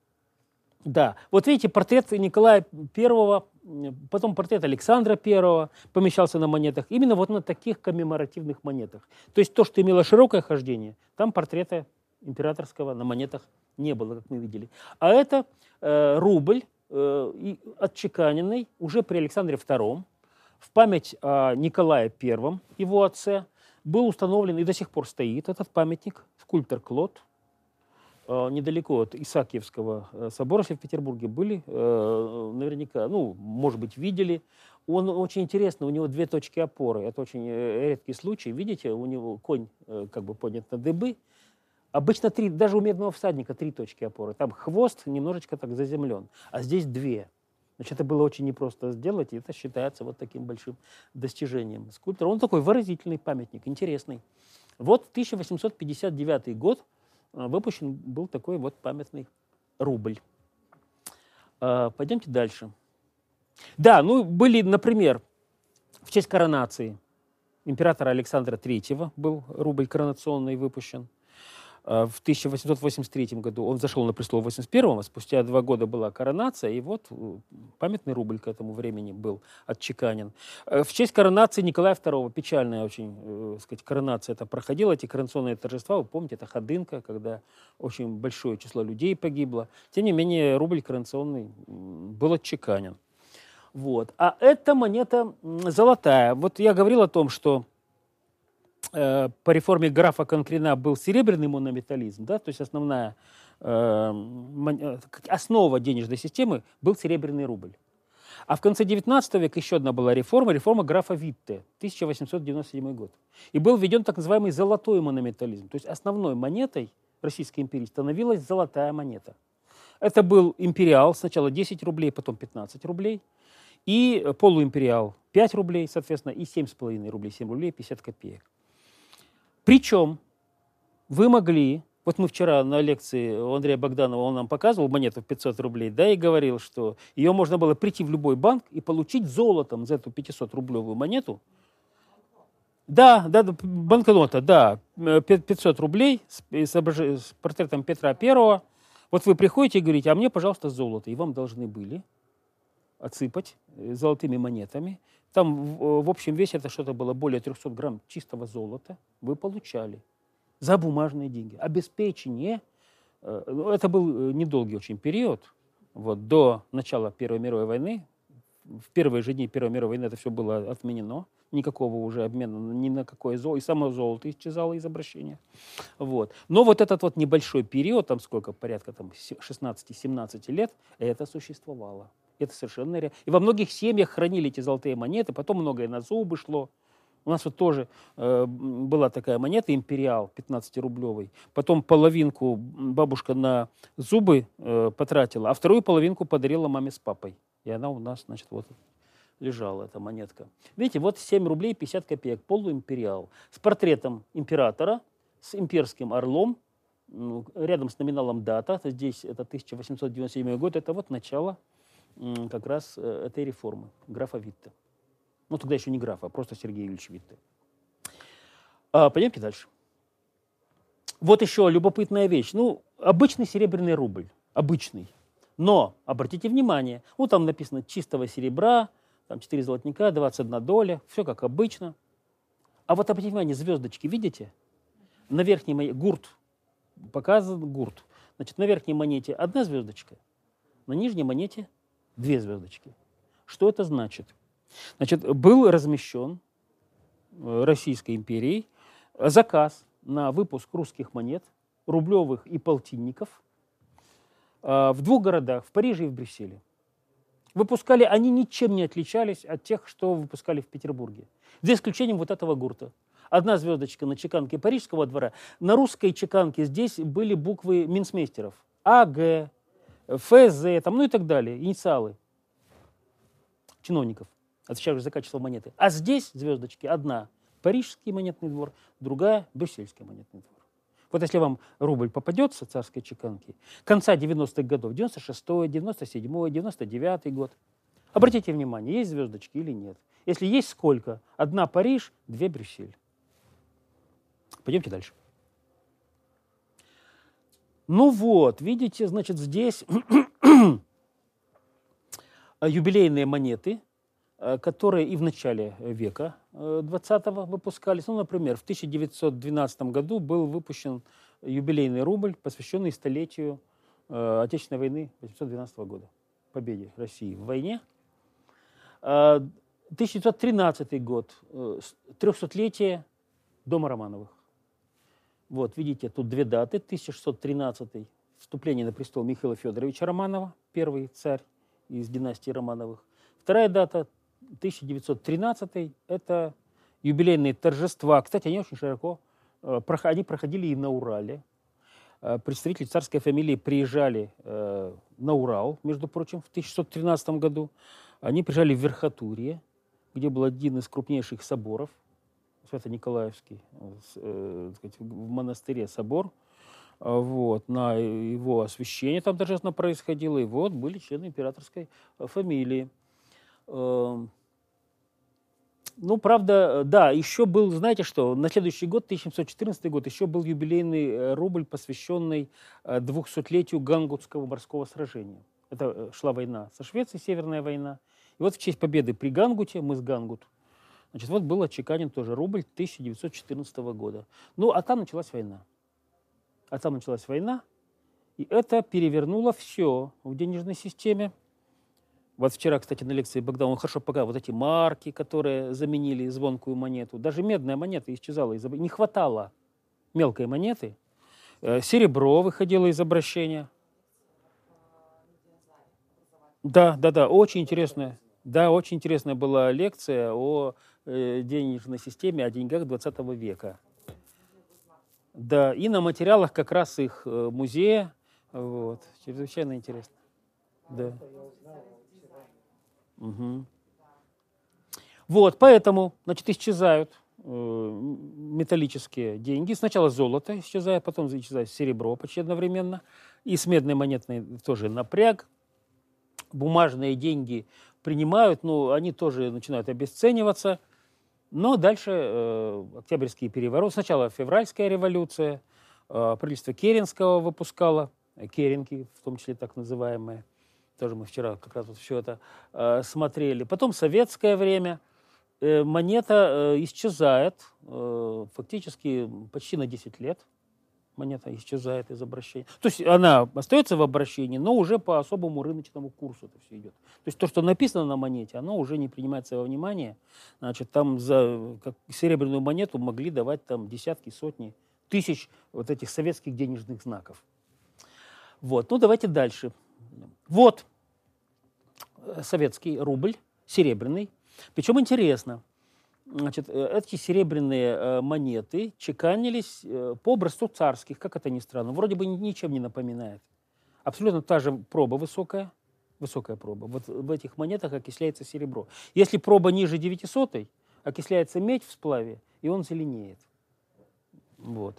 Да, вот видите, портрет Николая Первого, потом портрет Александра Первого помещался на монетах, именно вот на таких коммеморативных монетах. То есть то, что имело широкое хождение, там портрета императорского на монетах не было, как мы видели. А это э, рубль, э, отчеканенный уже при Александре Втором, в память о Николае Первом, его отце, был установлен и до сих пор стоит этот памятник, скульптор Клод. Недалеко от Исаакиевского собора, если в Петербурге были, наверняка, ну, может быть, видели. Он очень интересный, у него две точки опоры. Это очень редкий случай. Видите, у него конь как бы поднят на дыбы. Обычно три, даже у медного всадника три точки опоры. Там хвост немножечко так заземлен, а здесь две. Значит, это было очень непросто сделать, и это считается вот таким большим достижением скульптора. Он такой выразительный памятник, интересный. Вот тысяча восемьсот пятьдесят девятый год выпущен был такой вот памятный рубль. Пойдемте дальше. Да, ну были, например, в честь коронации императора Александра Третьего был рубль коронационный выпущен. В тысяча восемьсот восемьдесят третьем году он взошел на престол в восемьдесят первом, а спустя два года была коронация, и вот памятный рубль к этому времени был отчеканен. В честь коронации Николая Второго, печальная очень, э, сказать, коронация это проходила, эти коронационные торжества, вы помните, это Ходынка, когда очень большое число людей погибло. Тем не менее, рубль коронационный был отчеканен. Вот. А эта монета золотая. Вот я говорил о том, что по реформе графа Конкрина был серебряный монометаллизм, да, то есть основная э, основа денежной системы был серебряный рубль. А в конце девятнадцатого века еще одна была реформа, реформа графа Витте, тысяча восемьсот девяносто седьмой год. И был введен так называемый золотой монометаллизм, то есть основной монетой Российской империи становилась золотая монета. Это был империал, сначала десять рублей, потом пятнадцать рублей, и полуимпериал пять рублей, соответственно, и семь с половиной рублей, семь рублей пятьдесят копеек. Причем вы могли, вот мы вчера на лекции у Андрея Богданова, он нам показывал монету в пятьсот рублей, да, и говорил, что ее можно было прийти в любой банк и получить золотом за эту пятисотрублевую монету. Да, да, банкнота, да, пятьсот рублей с, с, с портретом Петра Первого. Вот вы приходите и говорите, а мне, пожалуйста, золото. И вам должны были отсыпать золотыми монетами. Там в, в общем весе это что-то было более трехсот грамм чистого золота. Вы получали за бумажные деньги. Обеспечение, э, это был недолгий очень период, вот, до начала Первой мировой войны. В первые же дни Первой мировой войны это все было отменено. Никакого уже обмена ни на какое золото. И само золото исчезало из обращения. Вот. Но вот этот вот небольшой период, там сколько, порядка там, шестнадцать-семнадцать лет, это существовало. Это совершенно реально. И во многих семьях хранили эти золотые монеты, потом многое на зубы шло. У нас вот тоже э, была такая монета, империал, пятнадцатирублевый. Потом половинку бабушка на зубы э, потратила, а вторую половинку подарила маме с папой. И она у нас, значит, вот лежала эта монетка. Видите, вот семь рублей пятьдесят копеек, полуимпериал, с портретом императора, с имперским орлом, ну, рядом с номиналом дата, здесь это тысяча восемьсот девяносто седьмой год, это вот начало м, как раз э, этой реформы, графа Витте. Ну, тогда еще не графа, а просто Сергей Юрьевич Витте. А, пойдемте дальше. Вот еще любопытная вещь. Ну, обычный серебряный рубль, обычный. Но, обратите внимание, вот там написано чистого серебра, там четыре золотника, двадцать одна доля, все как обычно. А вот обратите внимание, звездочки, видите? На верхней монете, гурт, показан гурт. Значит, на верхней монете одна звездочка, на нижней монете две звездочки. Что это значит? Значит, был размещен Российской империей заказ на выпуск русских монет, рублевых и полтинников, в двух городах, в Париже и в Брюсселе. Выпускали, они ничем не отличались от тех, что выпускали в Петербурге. За исключением вот этого гурта. Одна звездочка на чеканке Парижского двора. На русской чеканке здесь были буквы минцмейстеров. А Г, Ф З, там, ну и так далее, инициалы чиновников, отвечающих за качество монеты. А здесь звездочки одна Парижский монетный двор, другая Брюссельский монетный двор. Вот если вам рубль попадется царской чеканки конца девяностых годов, девяносто шестой, девяносто седьмой, девяносто девятый год, обратите внимание, есть звездочки или нет. Если есть, сколько? Одна Париж, две Брюссель. Пойдемте дальше. Ну вот, видите, значит, здесь юбилейные монеты, которые и в начале века двадцатого выпускались. Ну, например, в тысяча девятьсот двенадцатом году был выпущен юбилейный рубль, посвященный столетию э, Отечественной войны тысяча девятьсот двенадцатого года, победе России в войне. Э, тысяча девятьсот тринадцатый год, э, трехсотлетие дома Романовых. Вот, видите, тут две даты. тысяча шестьсот тринадцатый вступление на престол Михаила Федоровича Романова, первый царь из династии Романовых. Вторая дата тысяча девятьсот тринадцатый, это юбилейные торжества. Кстати, они очень широко, они проходили и на Урале. Представители царской фамилии приезжали на Урал, между прочим, в тысяча шестьсот тринадцатом году. Они приезжали в Верхотурье, где был один из крупнейших соборов, Свято-Николаевский, в монастыре собор. Вот, на его освящение там торжественно происходило. И вот были члены императорской фамилии. Ну, правда, да, еще был, знаете что, на следующий год, тысяча семьсот четырнадцатый год, еще был юбилейный рубль, посвященный двухсотлетию Гангутского морского сражения. Это шла война со Швецией, Северная война. И вот в честь победы при Гангуте, мыс Гангут, значит, вот был отчеканен тоже рубль тысяча девятьсот четырнадцатого года. Ну, а там началась война. А там началась война, и это перевернуло все в денежной системе. Вот вчера, кстати, на лекции Богдан, он хорошо показал вот эти марки, которые заменили звонкую монету. Даже медная монета исчезала, из... не хватало мелкой монеты. Серебро выходило из обращения. Да, да, да, очень интересная. Да, очень интересная была лекция о э, денежной системе, о деньгах двадцатого века. Да, и на материалах как раз их э, музея. Вот, чрезвычайно интересно. Да. Угу. Вот, поэтому, значит, исчезают э, металлические деньги. Сначала золото исчезает, потом исчезает серебро почти одновременно. И с медной монетной тоже напряг. Бумажные деньги принимают, но они тоже начинают обесцениваться. Но дальше э, Октябрьский переворот. Сначала февральская революция, э, правительство Керенского выпускало, керенки, в том числе так называемые. Тоже мы вчера как раз вот все это э, смотрели. Потом советское время. Э, монета э, исчезает э, фактически почти на десять лет. Монета исчезает из обращения. То есть она остается в обращении, но уже по особому рыночному курсу это все идет. То есть то, что написано на монете, оно уже не принимается во внимание. Значит, там за как серебряную монету могли давать там десятки, сотни, тысяч вот этих советских денежных знаков. Вот. Ну, давайте дальше. Вот советский рубль, серебряный. Причем интересно. Значит, эти серебряные монеты чеканились по образцу царских, как это ни странно. Вроде бы ничем не напоминает. Абсолютно та же проба высокая, высокая проба. Вот в этих монетах окисляется серебро. Если проба ниже девятисотой, окисляется медь в сплаве, и он зеленеет. Вот.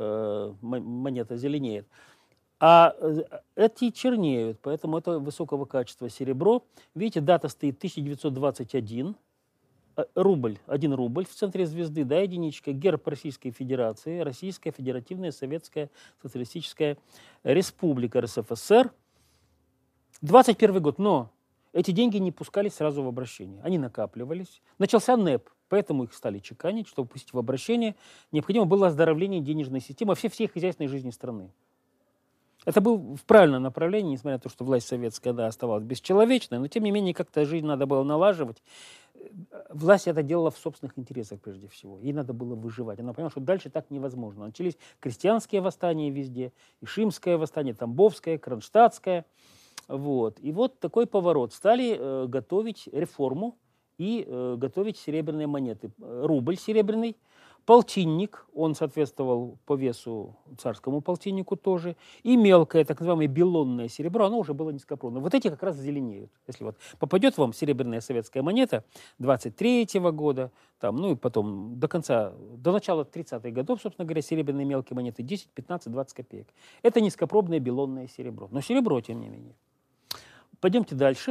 Монета зеленеет. А эти чернеют, поэтому это высокого качества серебро. Видите, дата стоит тысяча девятьсот двадцать один. Рубль, один рубль в центре звезды, да, единичка, герб Российской Федерации, Российская Федеративная Советская Социалистическая Республика РСФСР. двадцать первый год, но эти деньги не пускались сразу в обращение, они накапливались. Начался НЭП, поэтому их стали чеканить, чтобы пустить в обращение. Необходимо было оздоровление денежной системы, вообще всей хозяйственной жизни страны. Это был в правильном направлении, несмотря на то, что власть советская, да, оставалась бесчеловечной, но тем не менее как-то жизнь надо было налаживать. Власть это делала в собственных интересах прежде всего. Ей надо было выживать. Она поняла, что дальше так невозможно. Начались крестьянские восстания везде, Ишимское восстание, Тамбовское, Кронштадтское. Вот. И вот такой поворот. Стали э, готовить реформу и э, готовить серебряные монеты. Рубль серебряный, полтинник, он соответствовал по весу царскому полтиннику тоже, и мелкое, так называемое белонное серебро, оно уже было низкопробное. Вот эти как раз зеленеют. Если вот попадет вам серебряная советская монета двадцать третьего года, там, ну и потом до конца, до начала тридцатых годов, собственно говоря, серебряные мелкие монеты десять, пятнадцать, двадцать копеек. Это низкопробное белонное серебро. Но серебро, тем не менее. Пойдемте дальше.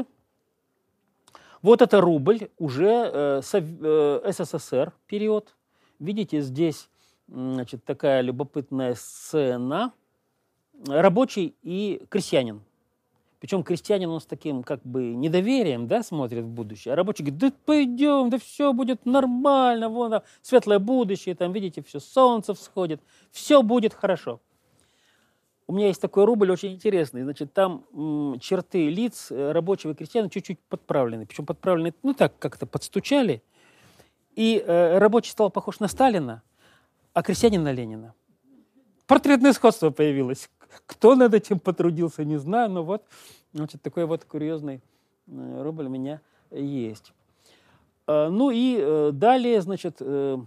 Вот это рубль, уже э, э, СССР период. Видите, здесь, значит, такая любопытная сцена. Рабочий и крестьянин. Причем крестьянин он с таким как бы недоверием, да, смотрит в будущее. А рабочий говорит, да пойдем, да все будет нормально, вон там светлое будущее, там, видите, все, солнце всходит, все будет хорошо. У меня есть такой рубль очень интересный. Значит, там м, черты лиц рабочего и крестьяна чуть-чуть подправлены. Причем подправлены, ну так, как-то подстучали. И э, рабочий стал похож на Сталина, а крестьянин на Ленина. Портретное сходство появилось. Кто над этим потрудился, не знаю, но вот, значит, такой вот курьезный э, рубль у меня есть. Э, ну и э, далее, значит, э,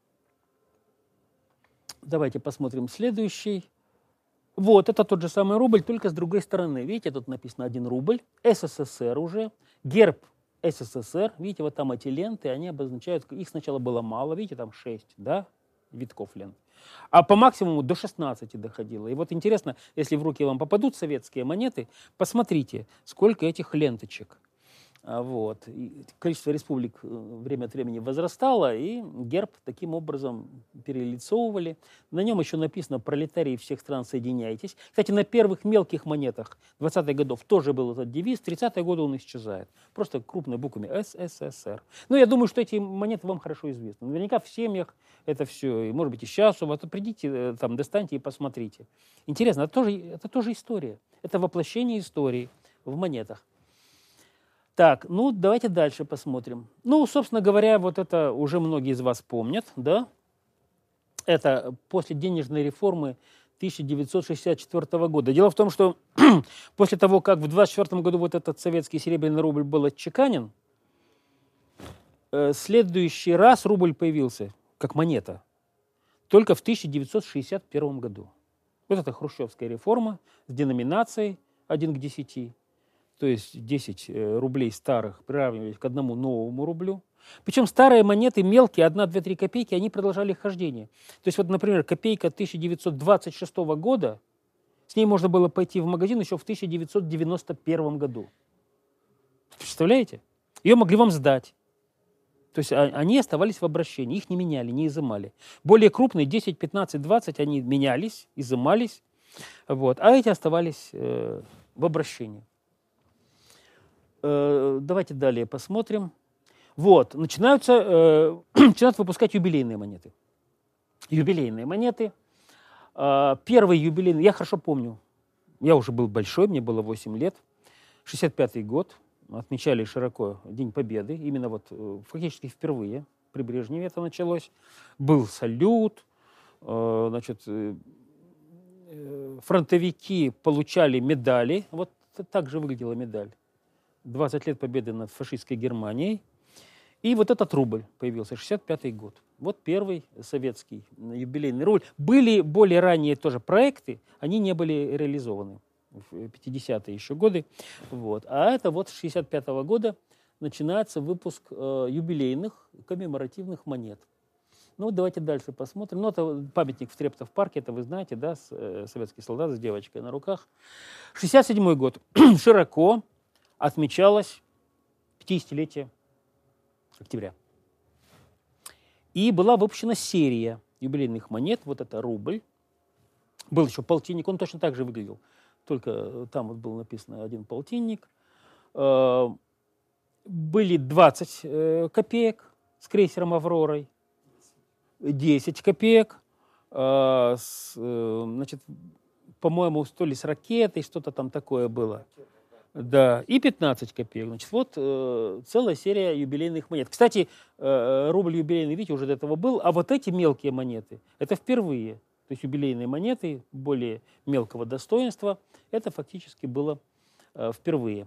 давайте посмотрим следующий. Вот, это тот же самый рубль, только с другой стороны. Видите, тут написано один рубль, СССР уже, герб СССР, видите, вот там эти ленты, они обозначают, их сначала было мало, видите, там шесть, да, витков лент, а по максимуму до шестнадцати доходило. И вот интересно, если в руки вам попадут советские монеты, посмотрите, сколько этих ленточек. Вот. И количество республик время от времени возрастало, и герб таким образом перелицовывали. На нем еще написано «Пролетарии всех стран, соединяйтесь». Кстати, на первых мелких монетах двадцатых годов тоже был этот девиз, тридцатые годы он исчезает. Просто крупными буквами СССР. Ну, я думаю, что эти монеты вам хорошо известны. Наверняка в семьях это все, и, может быть, и сейчас у вас. Придите, там, достаньте и посмотрите. Интересно, это тоже, это тоже история. Это воплощение истории в монетах. Так, ну давайте дальше посмотрим. Ну, собственно говоря, вот это уже многие из вас помнят, да? Это после денежной реформы тысяча девятьсот шестьдесят четвёртого года. Дело в том, что после того, как в двадцать четвёртом году вот этот советский серебряный рубль был отчеканен, э, следующий раз рубль появился как монета только в тысяча девятьсот шестьдесят первом году. Вот это хрущевская реформа с деноминацией один к десяти. То есть десять рублей старых приравнивались к одному новому рублю. Причем старые монеты, мелкие, одна, две, три копейки, они продолжали хождение. То есть вот, например, копейка тысяча девятьсот двадцать шестого года, с ней можно было пойти в магазин еще в тысяча девятьсот девяносто первом году. Представляете? Ее могли вам сдать. То есть они оставались в обращении, их не меняли, не изымали. Более крупные, десять, пятнадцать, двадцать, они менялись, изымались, вот, а эти оставались э, в обращении. Давайте далее посмотрим. Вот, начинаются, э, начинают выпускать юбилейные монеты. Юбилейные монеты. Э, первый юбилейный, я хорошо помню, я уже был большой, мне было восемь лет, шестьдесят пятый год, отмечали широко День Победы, именно вот э, фактически впервые при Брежневе это началось. Был салют, э, значит, э, фронтовики получали медали, вот так же выглядела медаль. двадцать лет победы над фашистской Германией. И вот этот рубль появился, шестьдесят пятый год. Вот первый советский юбилейный рубль. Были более ранние тоже проекты, они не были реализованы. в пятидесятые еще годы. Вот. А это вот с шестьдесят пятого года начинается выпуск э, юбилейных коммеморативных монет. Ну, давайте дальше посмотрим. Ну, это памятник в Трептов-парке, это вы знаете, да, с, э, советский солдат с девочкой на руках. шестьдесят седьмой год. Широко отмечалось пятидесятилетие октября. И была выпущена серия юбилейных монет. Вот это рубль. Был еще полтинник, он точно так же выглядел. Только там вот было написано один полтинник. Э, были двадцать э, копеек с крейсером «Авророй». десять копеек, э, с, э, значит, по-моему, то ли с ракетой, что-то там такое было. Да, и пятнадцать копеек. Значит, вот э, целая серия юбилейных монет. Кстати, э, рубль юбилейный, видите, уже до этого был, а вот эти мелкие монеты, это впервые. То есть юбилейные монеты более мелкого достоинства, это фактически было э, впервые.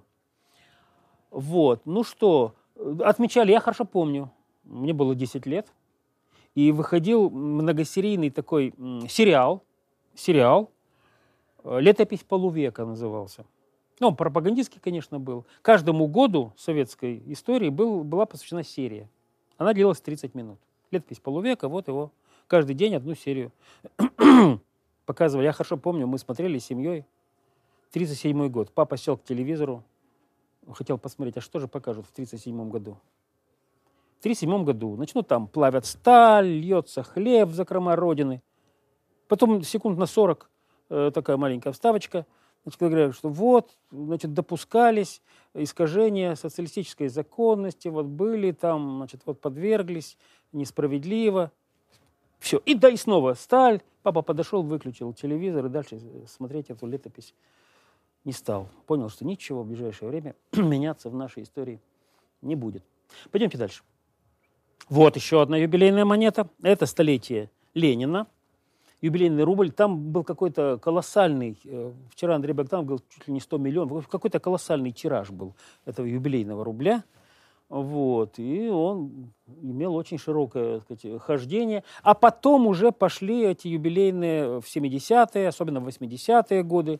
Вот, ну что, отмечали, я хорошо помню, мне было десять лет, и выходил многосерийный такой сериал, сериал «Летопись полувека» назывался. Ну, он пропагандистский, конечно, был. Каждому году советской истории был, была посвящена серия. Она длилась тридцать минут. «Летопись полувека», вот его каждый день одну серию показывали. Я хорошо помню, мы смотрели с семьей. тридцать седьмой год. Папа сел к телевизору, хотел посмотреть, а что же покажут в тридцать седьмом году. В тридцать седьмом году, значит, ну, там плавят сталь, льется хлеб в закрома Родины. Потом секунд на сорок э, такая маленькая вставочка. Значит, говорят, что вот, значит, допускались искажения социалистической законности, вот были там, значит, вот подверглись несправедливо. Все. И да, и снова сталь. Папа подошел, выключил телевизор и дальше смотреть эту летопись не стал. Понял, что ничего в ближайшее время меняться в нашей истории не будет. Пойдемте дальше. Вот еще одна юбилейная монета. Это столетие Ленина. Юбилейный рубль. Там был какой-то колоссальный, вчера Андрей Богданов говорил, чуть ли не сто миллионов, какой-то колоссальный тираж был этого юбилейного рубля. Вот. И он имел очень широкое, так сказать, хождение. А потом уже пошли эти юбилейные в семидесятые, особенно в восьмидесятые годы.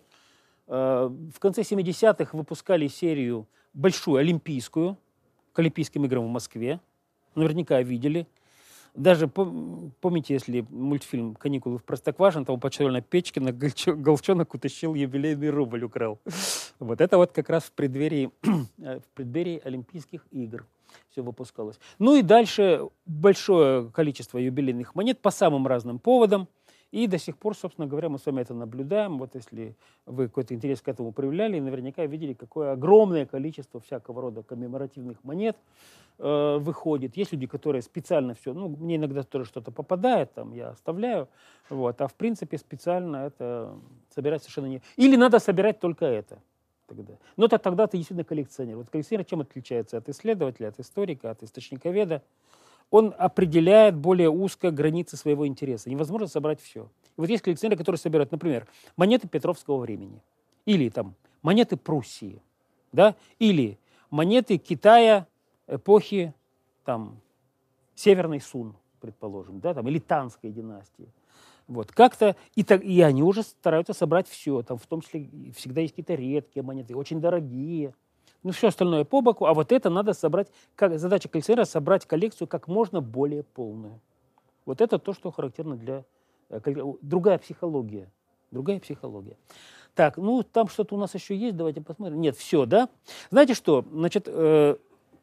В конце семидесятых выпускали серию большую, олимпийскую, к Олимпийским играм в Москве. Наверняка видели. Даже помните, если мультфильм «Каникулы в Простоквашино», там по Черной Печкина Голчонок утащил юбилейный рубль, украл. Вот это вот как раз в преддверии, в преддверии Олимпийских игр все выпускалось. Ну и дальше большое количество юбилейных монет по самым разным поводам. И до сих пор, собственно говоря, мы с вами это наблюдаем. Вот если вы какой-то интерес к этому проявляли, наверняка видели, какое огромное количество всякого рода коммеморативных монет э, выходит. Есть люди, которые специально все, ну, мне иногда тоже что-то попадает, там, я оставляю, вот, а в принципе специально это собирать совершенно не... Или надо собирать только это. Тогда. Но это тогда ты действительно коллекционер. Вот коллекционер чем отличается от исследователя, от историка, от источниковеда? Он определяет более узко границы своего интереса. Невозможно собрать все. И вот есть коллекционеры, которые собирают, например, монеты Петровского времени, или там монеты Пруссии, да? Или монеты Китая эпохи там, Северной Сун, предположим, да? Там, или Танской династии. Вот, как-то, и, так, и они уже стараются собрать все. Там в том числе всегда есть какие-то редкие монеты, очень дорогие. Ну, все остальное по боку, а вот это надо собрать, как, задача коллекционера — собрать коллекцию как можно более полную. Вот это то, что характерно для... Другая психология. Другая психология. Так, ну, там что-то у нас еще есть, давайте посмотрим. Нет, все, да? Знаете что, значит, э,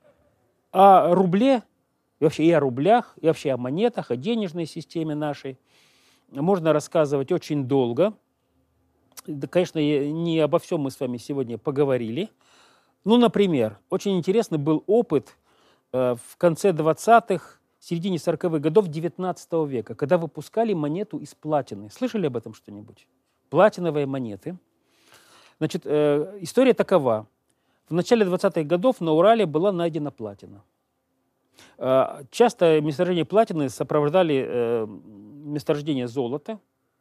о рубле, и вообще и о рублях, и вообще о монетах, о денежной системе нашей можно рассказывать очень долго. Да, конечно, не обо всем мы с вами сегодня поговорили. Ну, например, очень интересный был опыт э, в конце двадцатых, середине сороковых годов девятнадцатого века, когда выпускали монету из платины. Слышали об этом что-нибудь? Платиновые монеты. Значит, э, история такова. В начале двадцатых годов на Урале была найдена платина. Э, часто месторождения платины сопровождали э, месторождение золота,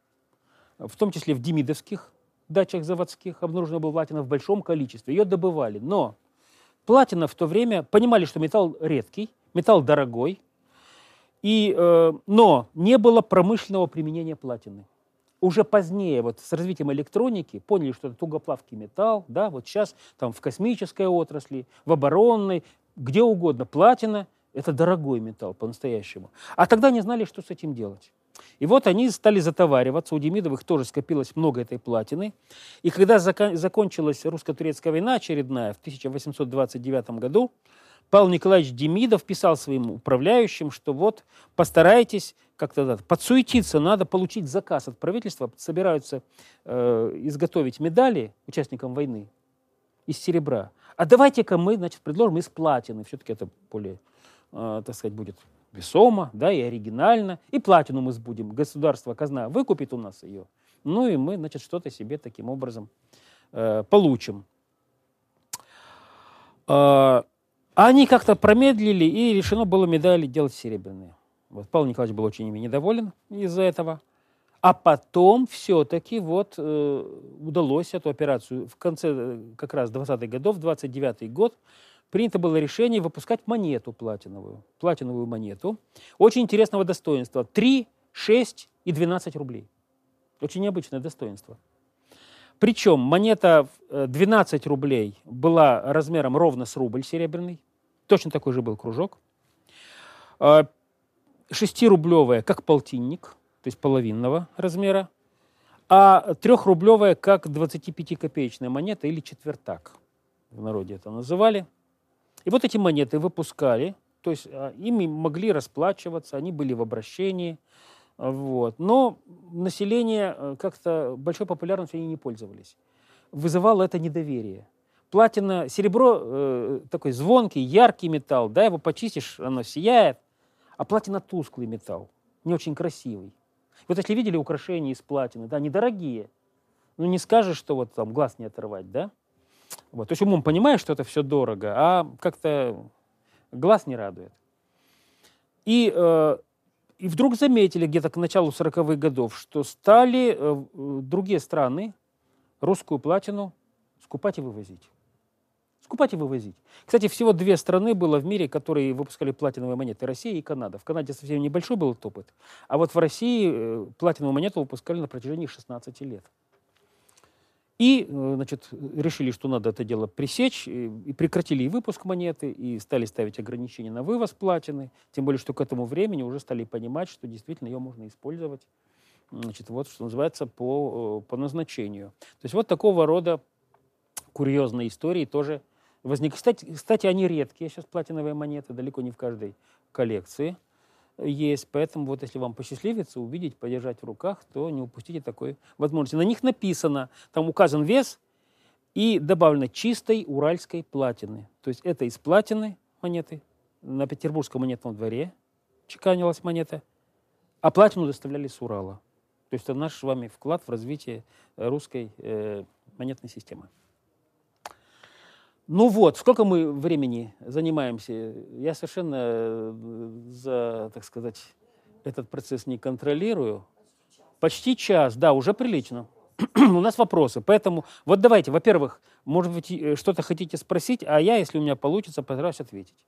в том числе в демидовских дачах заводских обнаружена была платина в большом количестве. Ее добывали. Но платина в то время, понимали, что металл редкий, металл дорогой, и, э, но не было промышленного применения платины. Уже позднее, вот с развитием электроники, поняли, что это тугоплавкий металл, да, вот сейчас там в космической отрасли, в оборонной, где угодно, платина – это дорогой металл по-настоящему. А тогда не знали, что с этим делать. И вот они стали затовариваться, у Демидовых тоже скопилось много этой платины. И когда зака- закончилась русско-турецкая война очередная в тысяча восемьсот двадцать девятом году, Павел Николаевич Демидов писал своим управляющим, что вот постарайтесь как-то подсуетиться, надо получить заказ от правительства, собираются э, изготовить медали участникам войны из серебра. А давайте-ка мы, значит, предложим из платины, все-таки это более, э, так сказать, будет весомо, да, и оригинально, и платину мы сбудем, государство, казна выкупит у нас ее, ну и мы, значит, что-то себе таким образом э, получим. Э, А они как-то промедлили, и решено было медали делать серебряные. Вот Павел Николаевич был очень ими недоволен из-за этого. А потом все-таки вот э, удалось эту операцию в конце э, как раз двадцатых годов, двадцать девятый год, принято было решение выпускать монету платиновую, платиновую монету. Очень интересного достоинства. три, шесть и двенадцать рублей. Очень необычное достоинство. Причем монета двенадцать рублей была размером ровно с рубль серебряный. Точно такой же был кружок. Шестирублевая, как полтинник, то есть половинного размера. А трехрублевая, как двадцатипятикопеечная монета или четвертак. В народе это называли. И вот эти монеты выпускали. То есть ими могли расплачиваться, они были в обращении. Вот. Но население как-то большой популярностью они не пользовались. Вызывало это недоверие. Платина, серебро э, такой звонкий, яркий металл, да, его почистишь, оно сияет, а платина тусклый металл, не очень красивый. Вот если видели украшения из платины, да, недорогие, ну не скажешь, что вот там глаз не оторвать, да? Вот. То есть умом понимаешь, что это все дорого, а как-то глаз не радует. И э, И вдруг заметили где-то к началу сороковых годов, что стали э, другие страны русскую платину скупать и вывозить. Скупать и вывозить. Кстати, всего две страны было в мире, которые выпускали платиновые монеты. Россия и Канада. В Канаде совсем небольшой был этот опыт. А вот в России э, платиновую монету выпускали на протяжении шестнадцати лет. И, значит, решили, что надо это дело пресечь, и прекратили и выпуск монеты, и стали ставить ограничения на вывоз платины, тем более, что к этому времени уже стали понимать, что действительно ее можно использовать, значит, вот, что называется, по, по назначению. То есть вот такого рода курьезные истории тоже возникли. Кстати, кстати, они редкие, сейчас платиновые монеты, далеко не в каждой коллекции есть, поэтому вот если вам посчастливится увидеть, подержать в руках, то не упустите такой возможности. На них написано, там указан вес и добавлено чистой уральской платины. То есть это из платины монеты, на Петербургском монетном дворе чеканилась монета, а платину доставляли с Урала. То есть это наш с вами вклад в развитие русской э, монетной системы. Ну вот, сколько мы времени занимаемся? Я совершенно за, так сказать, этот процесс не контролирую. Почти час, да, уже прилично. У нас вопросы, поэтому вот давайте, во-первых, может быть, что-то хотите спросить, а я, если у меня получится, постараюсь ответить.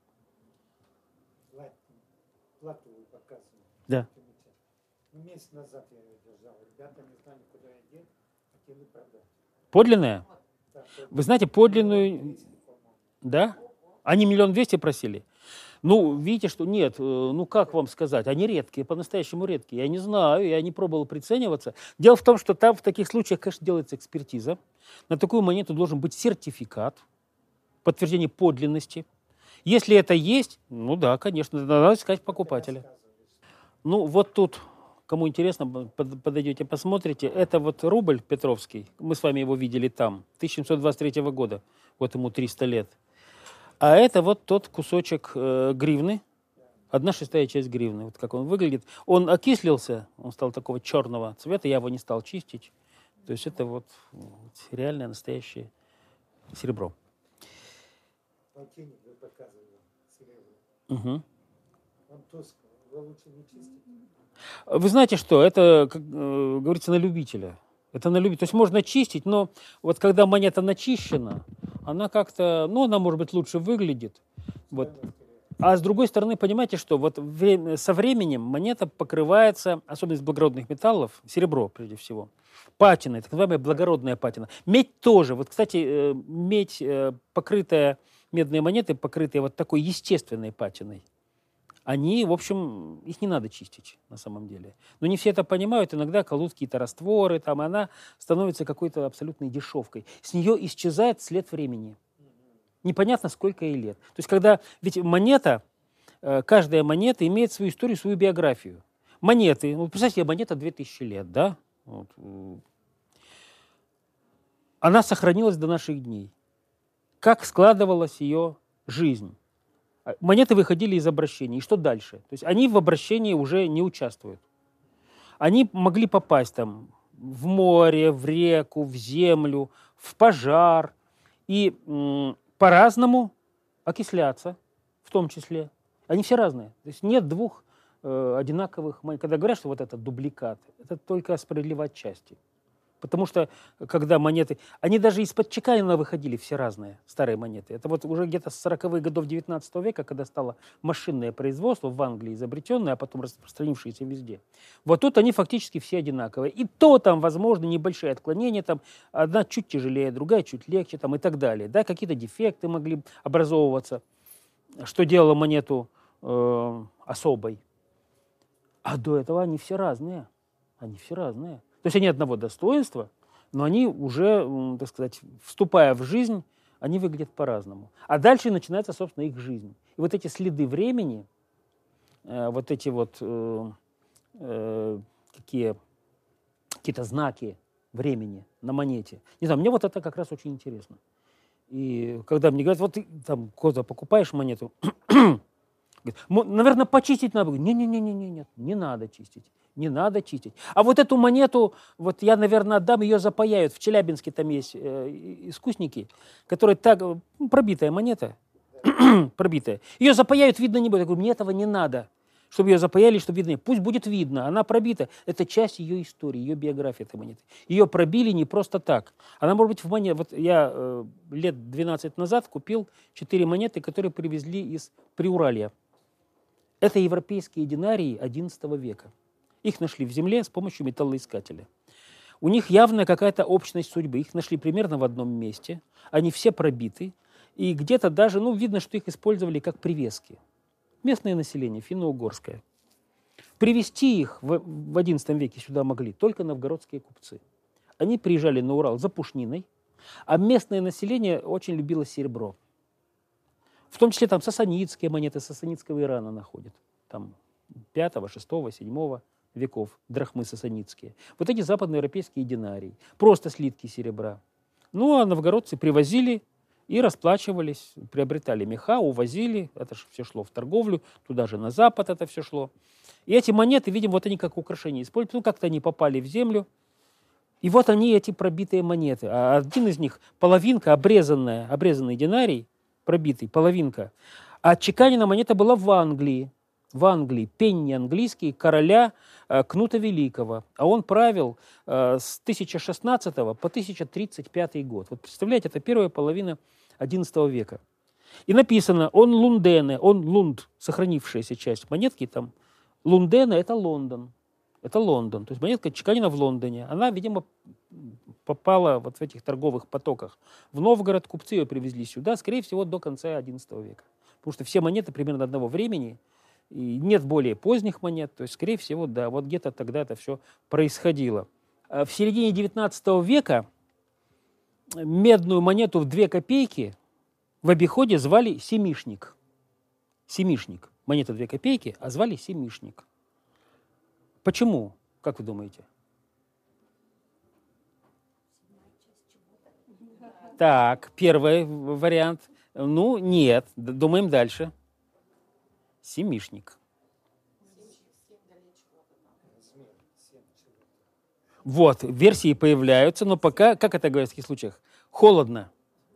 Плату вы показывали. Да. Месяц назад я ее держал. Ребята не знали, куда ее деть, хотели продать. Подлинная? Да, Вы знаете, подлинную... Да? Они миллион двести просили? Ну, видите, что нет, ну как вам сказать, они редкие, по-настоящему редкие. Я не знаю, я не пробовал прицениваться. Дело в том, что там в таких случаях, конечно, делается экспертиза. На такую монету должен быть сертификат, подтверждение подлинности. Если это есть, ну да, конечно, надо искать покупателя. Ну, вот тут, кому интересно, подойдете, посмотрите. Это вот рубль Петровский, мы с вами его видели там, тысяча семьсот двадцать третьего года, вот ему триста лет. А это вот тот кусочек э, гривны, одна шестая часть гривны, вот как он выглядит. Он окислился, он стал такого черного цвета, я его не стал чистить. То есть это вот, вот реальное, настоящее серебро. Полтинник вы показывали, серебро. Угу. Он тусклый, его лучше не чистить. Вы знаете что, это, как э, говорится, на любителя. Это на любителя. То есть можно чистить, но вот когда монета начищена, она как-то, ну, она, может быть, лучше выглядит. Вот. А с другой стороны, понимаете, что вот вре- со временем монета покрывается, особенно из благородных металлов, серебро прежде всего, патиной, так называемая благородная патина. Медь тоже. Вот, кстати, э, медь, э, покрытая, медные монеты, покрытые вот такой естественной патиной, они, в общем, их не надо чистить на самом деле. Но не все это понимают. Иногда колут какие-то растворы, там, и она становится какой-то абсолютной дешевкой. С нее исчезает след времени. Непонятно, сколько ей лет. То есть, когда... Ведь монета, э, каждая монета имеет свою историю, свою биографию. Монеты, вот представьте себе, монета две тысячи лет, да? Вот. Она сохранилась до наших дней. Как складывалась ее жизнь? Монеты выходили из обращения. И что дальше? То есть они в обращении уже не участвуют. Они могли попасть там в море, в реку, в землю, в пожар. И м, по-разному окисляться, в том числе. Они все разные. То есть нет двух э, одинаковых монет. Когда говорят, что вот это дубликат, это только справедливо отчасти. Потому что, когда монеты... Они даже из-под чеканина выходили все разные, старые монеты. Это вот уже где-то с сороковых годов девятнадцатого века, когда стало машинное производство в Англии изобретенное, а потом распространившееся везде. Вот тут они фактически все одинаковые. И то там, возможно, небольшие отклонения. Там, одна чуть тяжелее, другая чуть легче там, и так далее. Да, какие-то дефекты могли образовываться, что делало монету э, особой. А до этого они все разные. Они все разные. То есть они одного достоинства, но они уже, так сказать, вступая в жизнь, они выглядят по-разному. А дальше начинается, собственно, их жизнь. И вот эти следы времени, э, вот эти вот э, э, какие, какие-то знаки времени на монете. Не знаю, мне вот это как раз очень интересно. И когда мне говорят, вот ты там куда покупаешь монету, наверное, почистить надо. Не-не-не-не, нет, не надо чистить. Не надо чистить. А вот эту монету, вот я, наверное, отдам, ее запаяют. В Челябинске там есть э, искусники, которые так... Ну, пробитая монета, пробитая. Ее запаяют, видно не будет. Я говорю, мне этого не надо, чтобы ее запаяли, чтобы видно. Пусть будет видно, она пробита. Это часть ее истории, ее биографии этой монеты. Ее пробили не просто так. Она может быть в монете... Вот я э, лет двенадцать назад купил четыре монеты, которые привезли из Приуралья. Это европейские динарии одиннадцатого века. Их нашли в земле с помощью металлоискателя. У них явно какая-то общность судьбы. Их нашли примерно в одном месте. Они все пробиты. И где-то даже, ну, видно, что их использовали как привески. Местное население, финно-угорское. Привезти их в, в одиннадцатом веке сюда могли только новгородские купцы. Они приезжали на Урал за пушниной, а местное население очень любило серебро. В том числе там сасанидские монеты, сасанидского Ирана находят. Там пятого, шестого, седьмого веков, драхмы сасанидские. Вот эти западноевропейские динарии. Просто слитки серебра. Ну, а новгородцы привозили и расплачивались, приобретали меха, увозили. Это же все шло в торговлю, туда же на запад это все шло. И эти монеты, видимо, вот они как украшения используют. Ну, как-то они попали в землю. И вот они, эти пробитые монеты. А один из них, половинка, обрезанная, обрезанный динарий, пробитый, половинка. А отчеканена монета была в Англии. В Англии, пенни английский, короля э, Кнута Великого. А он правил э, с тысяча шестнадцатого по тысяча тридцать пятый год. Вот представляете, это первая половина одиннадцатого века. И написано, он Лундене, он Лунд, сохранившаяся часть монетки, там, Лундене – это Лондон. Это Лондон. То есть монетка отчеканена в Лондоне. Она, видимо, попала вот в этих торговых потоках в Новгород, купцы ее привезли сюда, скорее всего, до конца одиннадцатого века. Потому что все монеты примерно одного времени, и нет более поздних монет, то есть, скорее всего, да, вот где-то тогда это все происходило. В середине девятнадцатого века медную монету в две копейки в обиходе звали семишник. Семишник. Монета две копейки, а звали семишник. Почему? Как вы думаете? Так, первый вариант. Ну, нет. Думаем дальше. Семишник. Вот, версии появляются, но пока, как это говорят в таких случаях, холодно.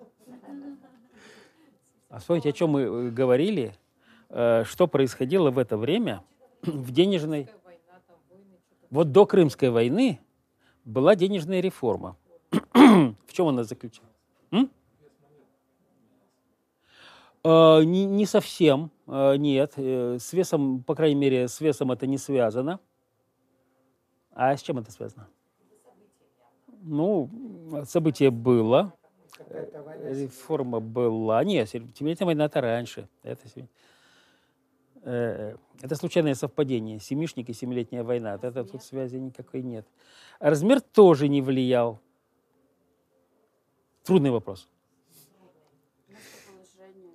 А вспомните, о чем мы говорили, что происходило в это время в денежной... Вот до Крымской войны была денежная реформа. В чем она заключалась? М? Э, не, не совсем, э, нет. Э, с весом, по крайней мере, с весом это не связано. А с чем это связано? Ну, событие было. Какая-то война. Реформа была. Нет, Семилетняя война это раньше. Это, се- э, это случайное совпадение. Семишник и Семилетняя война. От этого тут связи никакой нет. Размер тоже не влиял. Трудный вопрос. Местоположение.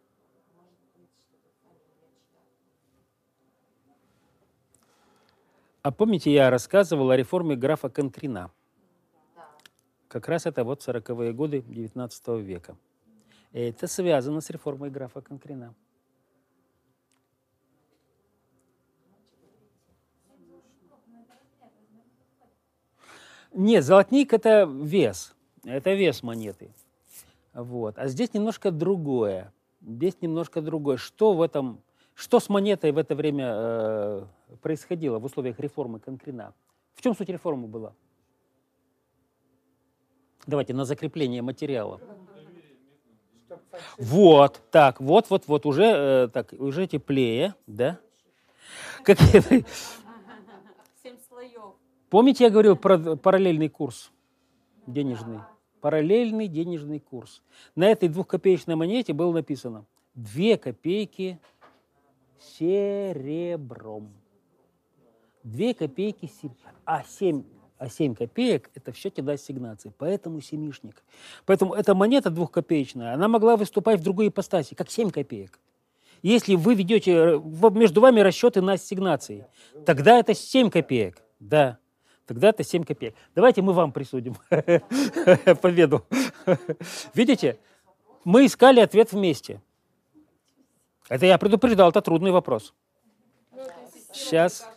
А помните, я рассказывал о реформе графа Конкрина? Как раз это вот сороковые годы девятнадцатого века. Это связано с реформой графа Конкрина. Нет, золотник – это вес. Это вес монеты. Вот. А здесь немножко другое. Здесь немножко другое. Что в этом, что с монетой в это время э, происходило в условиях реформы Конкрина? В чем суть реформы была? Давайте на закрепление материала. Чтоб фальшивый- Вот, так, вот, вот, вот, уже, э, так, уже теплее, да? Какие- Семь слоев. Помните, я говорил про параллельный курс денежный? Параллельный денежный курс. На этой двухкопеечной монете было написано две копейки серебром. Две копейки серебром. А семь, а семь копеек – это в счете до ассигнации. Поэтому семишник. Поэтому эта монета двухкопеечная, она могла выступать в другой ипостаси, как семь копеек. Если вы ведете в- между вами расчеты на ассигнации, тогда это семь копеек. Да. Тогда это семь копеек. Давайте мы вам присудим победу. Видите, мы искали ответ вместе. Это я предупреждал, это трудный вопрос. Сейчас.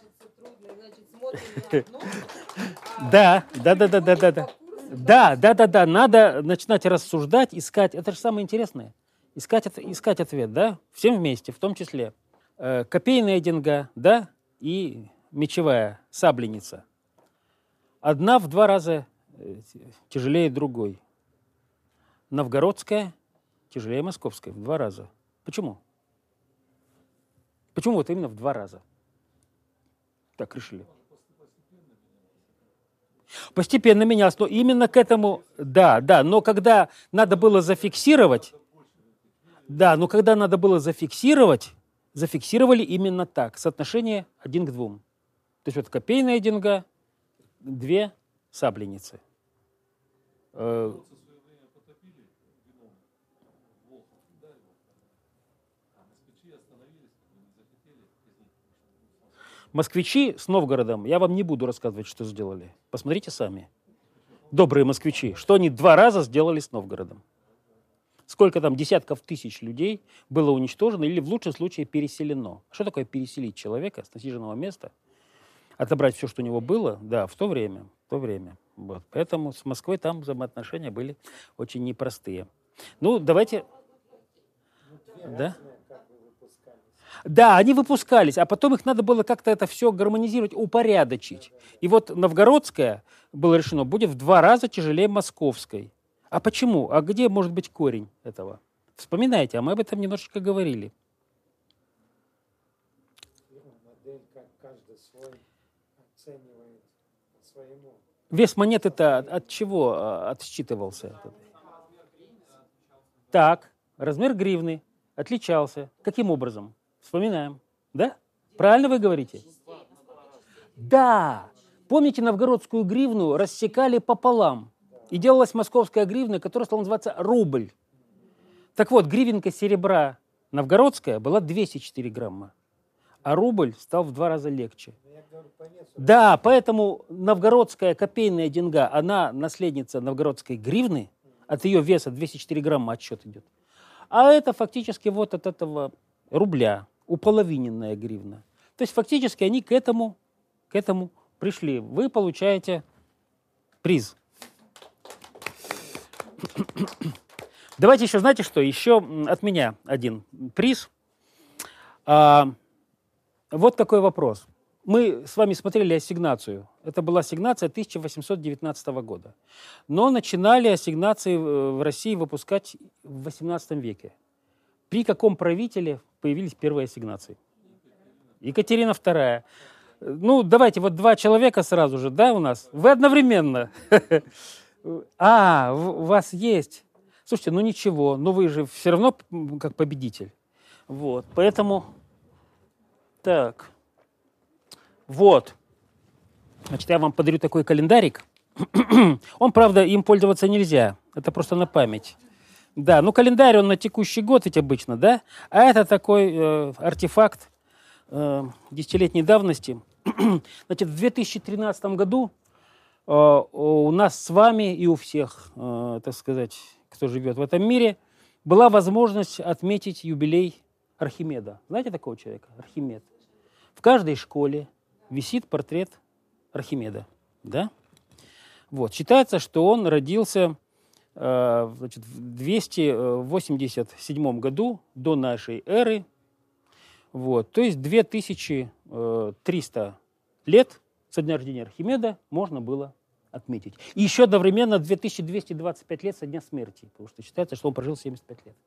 Да, да, да, да, да, да, да. Да, да, да, да. Надо начинать рассуждать, искать. Это же самое интересное. Искать, от- искать ответ, да? Всем вместе, в том числе. Э, Копейная деньга, да, и мечевая сабленица. Одна в два раза э, тяжелее другой. Новгородская тяжелее московской в два раза. Почему? Почему вот именно в два раза? Так решили. Постепенно менялось, но именно к этому, да, да, но когда надо было зафиксировать, да, но когда надо было зафиксировать, зафиксировали именно так, соотношение один к двум. То есть вот копейная деньга, две сабленицы. Э, Москвичи с Новгородом, я вам не буду рассказывать, что сделали. Посмотрите сами. Добрые москвичи, что они два раза сделали с Новгородом. Сколько там десятков тысяч людей было уничтожено или в лучшем случае переселено. Что такое переселить человека с насиженного места? Отобрать все, что у него было, да, в то время. В то время. Вот. Поэтому с Москвой там взаимоотношения были очень непростые. Ну, давайте... Две Да? разные как бы выпускались. Да, они выпускались, а потом их надо было как-то это все гармонизировать, упорядочить. И вот новгородская, было решено, будет в два раза тяжелее московской. А почему? А где может быть корень этого? Вспоминайте, а мы об этом немножечко говорили. Модель, как каждый свой оценивает по своему. Вес монеты-то от, от чего а, отсчитывался? Так, размер гривны отличался. Каким образом? Вспоминаем. Да? Правильно вы говорите? Да. Помните, новгородскую гривну рассекали пополам. И делалась московская гривна, которая стала называться рубль. Так вот, гривенка серебра новгородская была двести четыре грамма, а рубль стал в два раза легче. Но я говорю по весу. Да, поэтому новгородская копейная деньга, она наследница новгородской гривны, от ее веса двести четыре грамма отсчет идет. А это фактически вот от этого рубля, уполовиненная гривна. То есть фактически они к этому, к этому пришли. Вы получаете приз. Давайте еще, знаете что, еще м, от меня один приз. А, вот такой вопрос. Мы с вами смотрели ассигнацию. Это была ассигнация тысяча восемьсот девятнадцатого года. Но начинали ассигнации в в России выпускать в восемнадцатом веке. При каком правителе появились первые ассигнации? Екатерина вторая. Ну, давайте, вот два человека сразу же, да, у нас? Вы одновременно. А, у вас есть. Слушайте, ну ничего, но вы же все равно как победитель. Вот, поэтому... Так. Вот. Значит, я вам подарю такой календарик. Он, правда, им пользоваться нельзя. Это просто на память. Да, ну календарь, он на текущий год ведь обычно, да? А это такой э, артефакт э, десятилетней давности. Значит, в две тысячи тринадцатом году э, у нас с вами и у всех, э, так сказать, кто живет в этом мире, была возможность отметить юбилей Архимеда. Знаете такого человека? Архимед. В каждой школе висит портрет Архимеда. Да? Вот. Считается, что он родился э, значит, в двести восемьдесят седьмом году до нашей эры. Вот. То есть две тысячи триста лет со дня рождения Архимеда можно было отметить. И еще одновременно две тысячи двести двадцать пять лет со дня смерти, потому что считается, что он прожил семьдесят пять лет.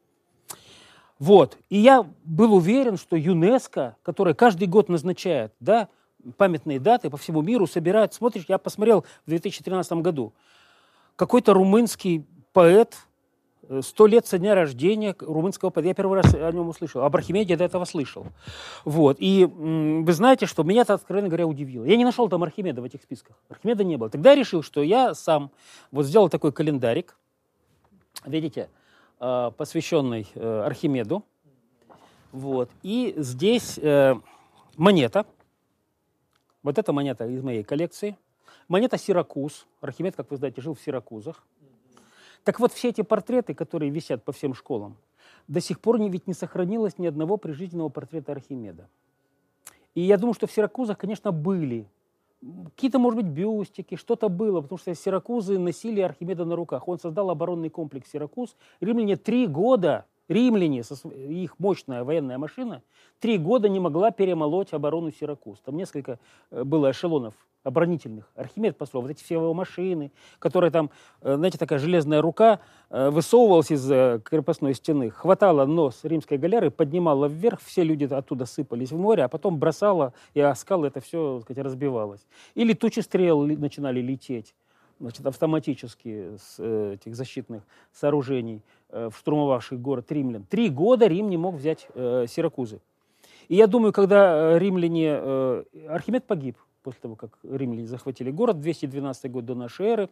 Вот. И я был уверен, что ЮНЕСКО, которое каждый год назначает, да, памятные даты по всему миру, собирает. Смотришь, я посмотрел в две тысячи тринадцатом году. Какой-то румынский поэт, сто лет со дня рождения румынского поэта. Я первый раз о нем услышал. Об Архимеде до этого слышал. Вот. И м, вы знаете, что меня это, откровенно говоря, удивило. Я не нашел там Архимеда в этих списках. Архимеда не было. Тогда я решил, что я сам вот сделал такой календарик. Видите? Посвященный э, Архимеду. Вот. И здесь э, монета. Вот эта монета из моей коллекции. Монета Сиракуз. Архимед, как вы знаете, жил в Сиракузах. Так вот, все эти портреты, которые висят по всем школам, до сих пор не, ведь не сохранилось ни одного прижизненного портрета Архимеда. И я думаю, что в Сиракузах, конечно, были какие-то, может быть, бюстики, что-то было, потому что сиракузы носили Архимеда на руках. Он создал оборонный комплекс Сиракуз. Римляне три года, римляне, их мощная военная машина, три года не могла перемолоть оборону Сиракуз. Там несколько было эшелонов оборонительных. Архимед построил вот эти все его машины, которые там, знаете, такая железная рука высовывалась из крепостной стены, хватала нос римской галеры, поднимала вверх, все люди оттуда сыпались в море, а потом бросала, и о скалы это все, так сказать, разбивалось. Или тучи стрел начинали лететь, значит, автоматически с э, этих защитных сооружений, э, штурмовавших город римлян. Три года Рим не мог взять э, Сиракузы. И я думаю, когда римляне... Э, Архимед погиб после того, как римляне захватили город, двести двенадцатый год до нашей эры.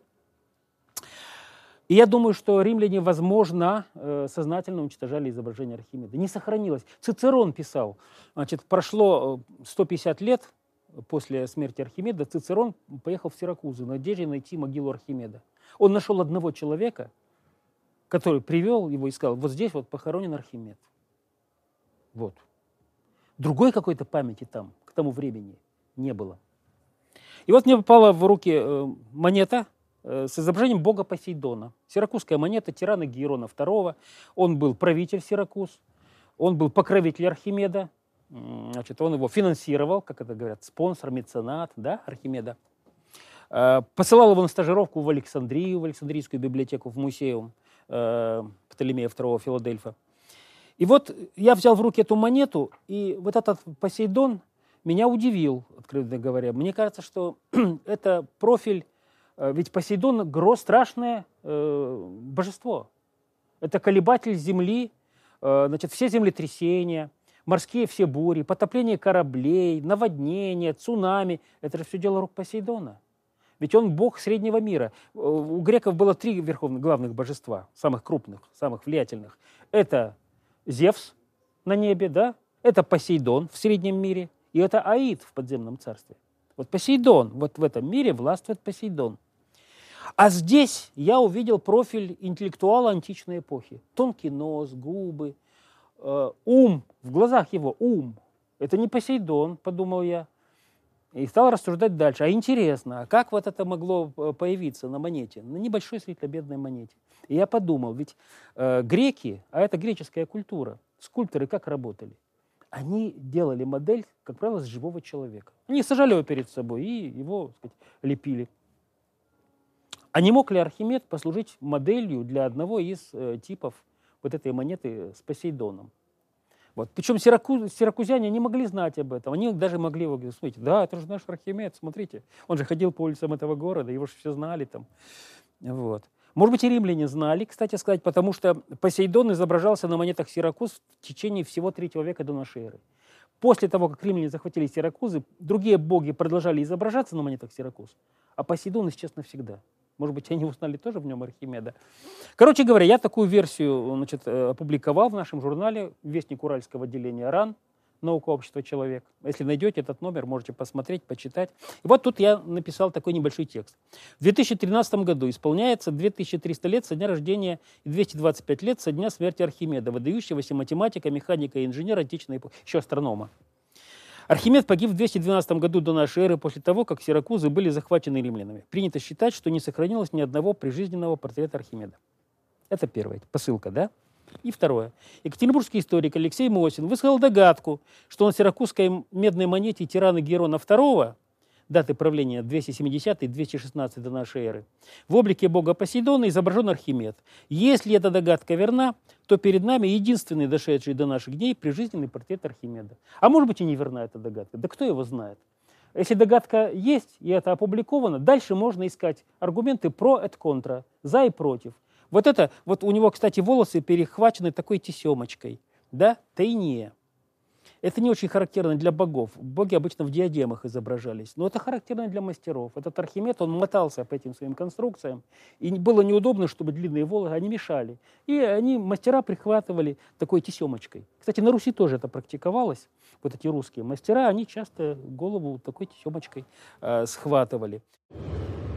И я думаю, что римляне, возможно, э, сознательно уничтожали изображение Архимеда. Не сохранилось. Цицерон писал, значит, прошло сто пятьдесят лет после смерти Архимеда, Цицерон поехал в Сиракузы в надежде найти могилу Архимеда. Он нашел одного человека, который привел его и сказал, вот здесь вот похоронен Архимед. Вот. Другой какой-то памяти там к тому времени не было. И вот мне попала в руки монета с изображением бога Посейдона. Сиракузская монета тирана Герона второго. Он был правитель Сиракуз, он был покровитель Архимеда. Значит, он его финансировал, как это говорят, спонсор, меценат, да, Архимеда. Посылал его на стажировку в Александрию, в Александрийскую библиотеку, в музеум Птолемея второго Филадельфа. И вот я взял в руки эту монету, и вот этот Посейдон меня удивил, откровенно говоря. Мне кажется, что это профиль, ведь Посейдон — страшное э, божество. Это колебатель земли, э, значит, все землетрясения, морские все бури, потопление кораблей, наводнения, цунами. Это же все дело рук Посейдона. Ведь он бог среднего мира. У греков было три верховных главных божества, самых крупных, самых влиятельных. Это Зевс на небе, да? Это Посейдон в среднем мире, и это Аид в подземном царстве. Вот Посейдон, вот в этом мире властвует Посейдон. А здесь я увидел профиль интеллектуала античной эпохи. Тонкий нос, губы, э, ум, в глазах его ум. Это не Посейдон, подумал я. И стал рассуждать дальше. А интересно, а как вот это могло появиться на монете? На небольшой светло-бедной монете. И я подумал, ведь э, греки, а это греческая культура, скульпторы как работали? Они делали модель, как правило, с живого человека. Они сажали его перед собой и его, так сказать, лепили. А не мог ли Архимед послужить моделью для одного из э, типов вот этой монеты с Посейдоном. Вот. Причем сираку, сиракузяне не могли знать об этом. Они даже могли его говорить: смотрите, да, это же наш Архимед, смотрите. Он же ходил по улицам этого города, его же все знали там. Вот. Может быть, и римляне знали, кстати сказать, потому что Посейдон изображался на монетах Сиракуз в течение всего третьего века до нашей эры. После того, как римляне захватили Сиракузы, другие боги продолжали изображаться на монетах Сиракуз, а Посейдон исчез навсегда. Может быть, они узнали тоже в нем Архимеда. Короче говоря, я такую версию, значит, опубликовал в нашем журнале «Вестник Уральского отделения РАН», «Наука, общество, человек». Если найдете этот номер, можете посмотреть, почитать. И вот тут я написал такой небольшой текст. В две тысячи тринадцатом году исполняется две тысячи триста лет со дня рождения и двести двадцать пять лет со дня смерти Архимеда, выдающегося математика, механика и инженера античной эпохи, еще астронома. Архимед погиб в двести двенадцатом году до нашей эры после того, как Сиракузы были захвачены римлянами. Принято считать, что не сохранилось ни одного прижизненного портрета Архимеда. Это первое, посылка, да? И второе. Екатеринбургский историк Алексей Мосин высказал догадку, что на сиракузской медной монете тирана Герона второго, даты правления двести семидесятый — двести шестнадцатый до нашей эры, в облике бога Посейдона изображен Архимед. Если эта догадка верна, то перед нами единственный дошедший до наших дней прижизненный портрет Архимеда. А может быть и не верна эта догадка. Да кто его знает? Если догадка есть, и это опубликовано, дальше можно искать аргументы про et contra, за и против. Вот это, вот у него, кстати, волосы перехвачены такой тесемочкой, да, тайне. Это не очень характерно для богов. Боги обычно в диадемах изображались. Но это характерно для мастеров. Этот Архимед, он мотался по этим своим конструкциям. И было неудобно, чтобы длинные волосы, они мешали. И они, мастера, прихватывали такой тесемочкой. Кстати, на Руси тоже это практиковалось. Вот эти русские мастера, они часто голову такой тесемочкой э, схватывали.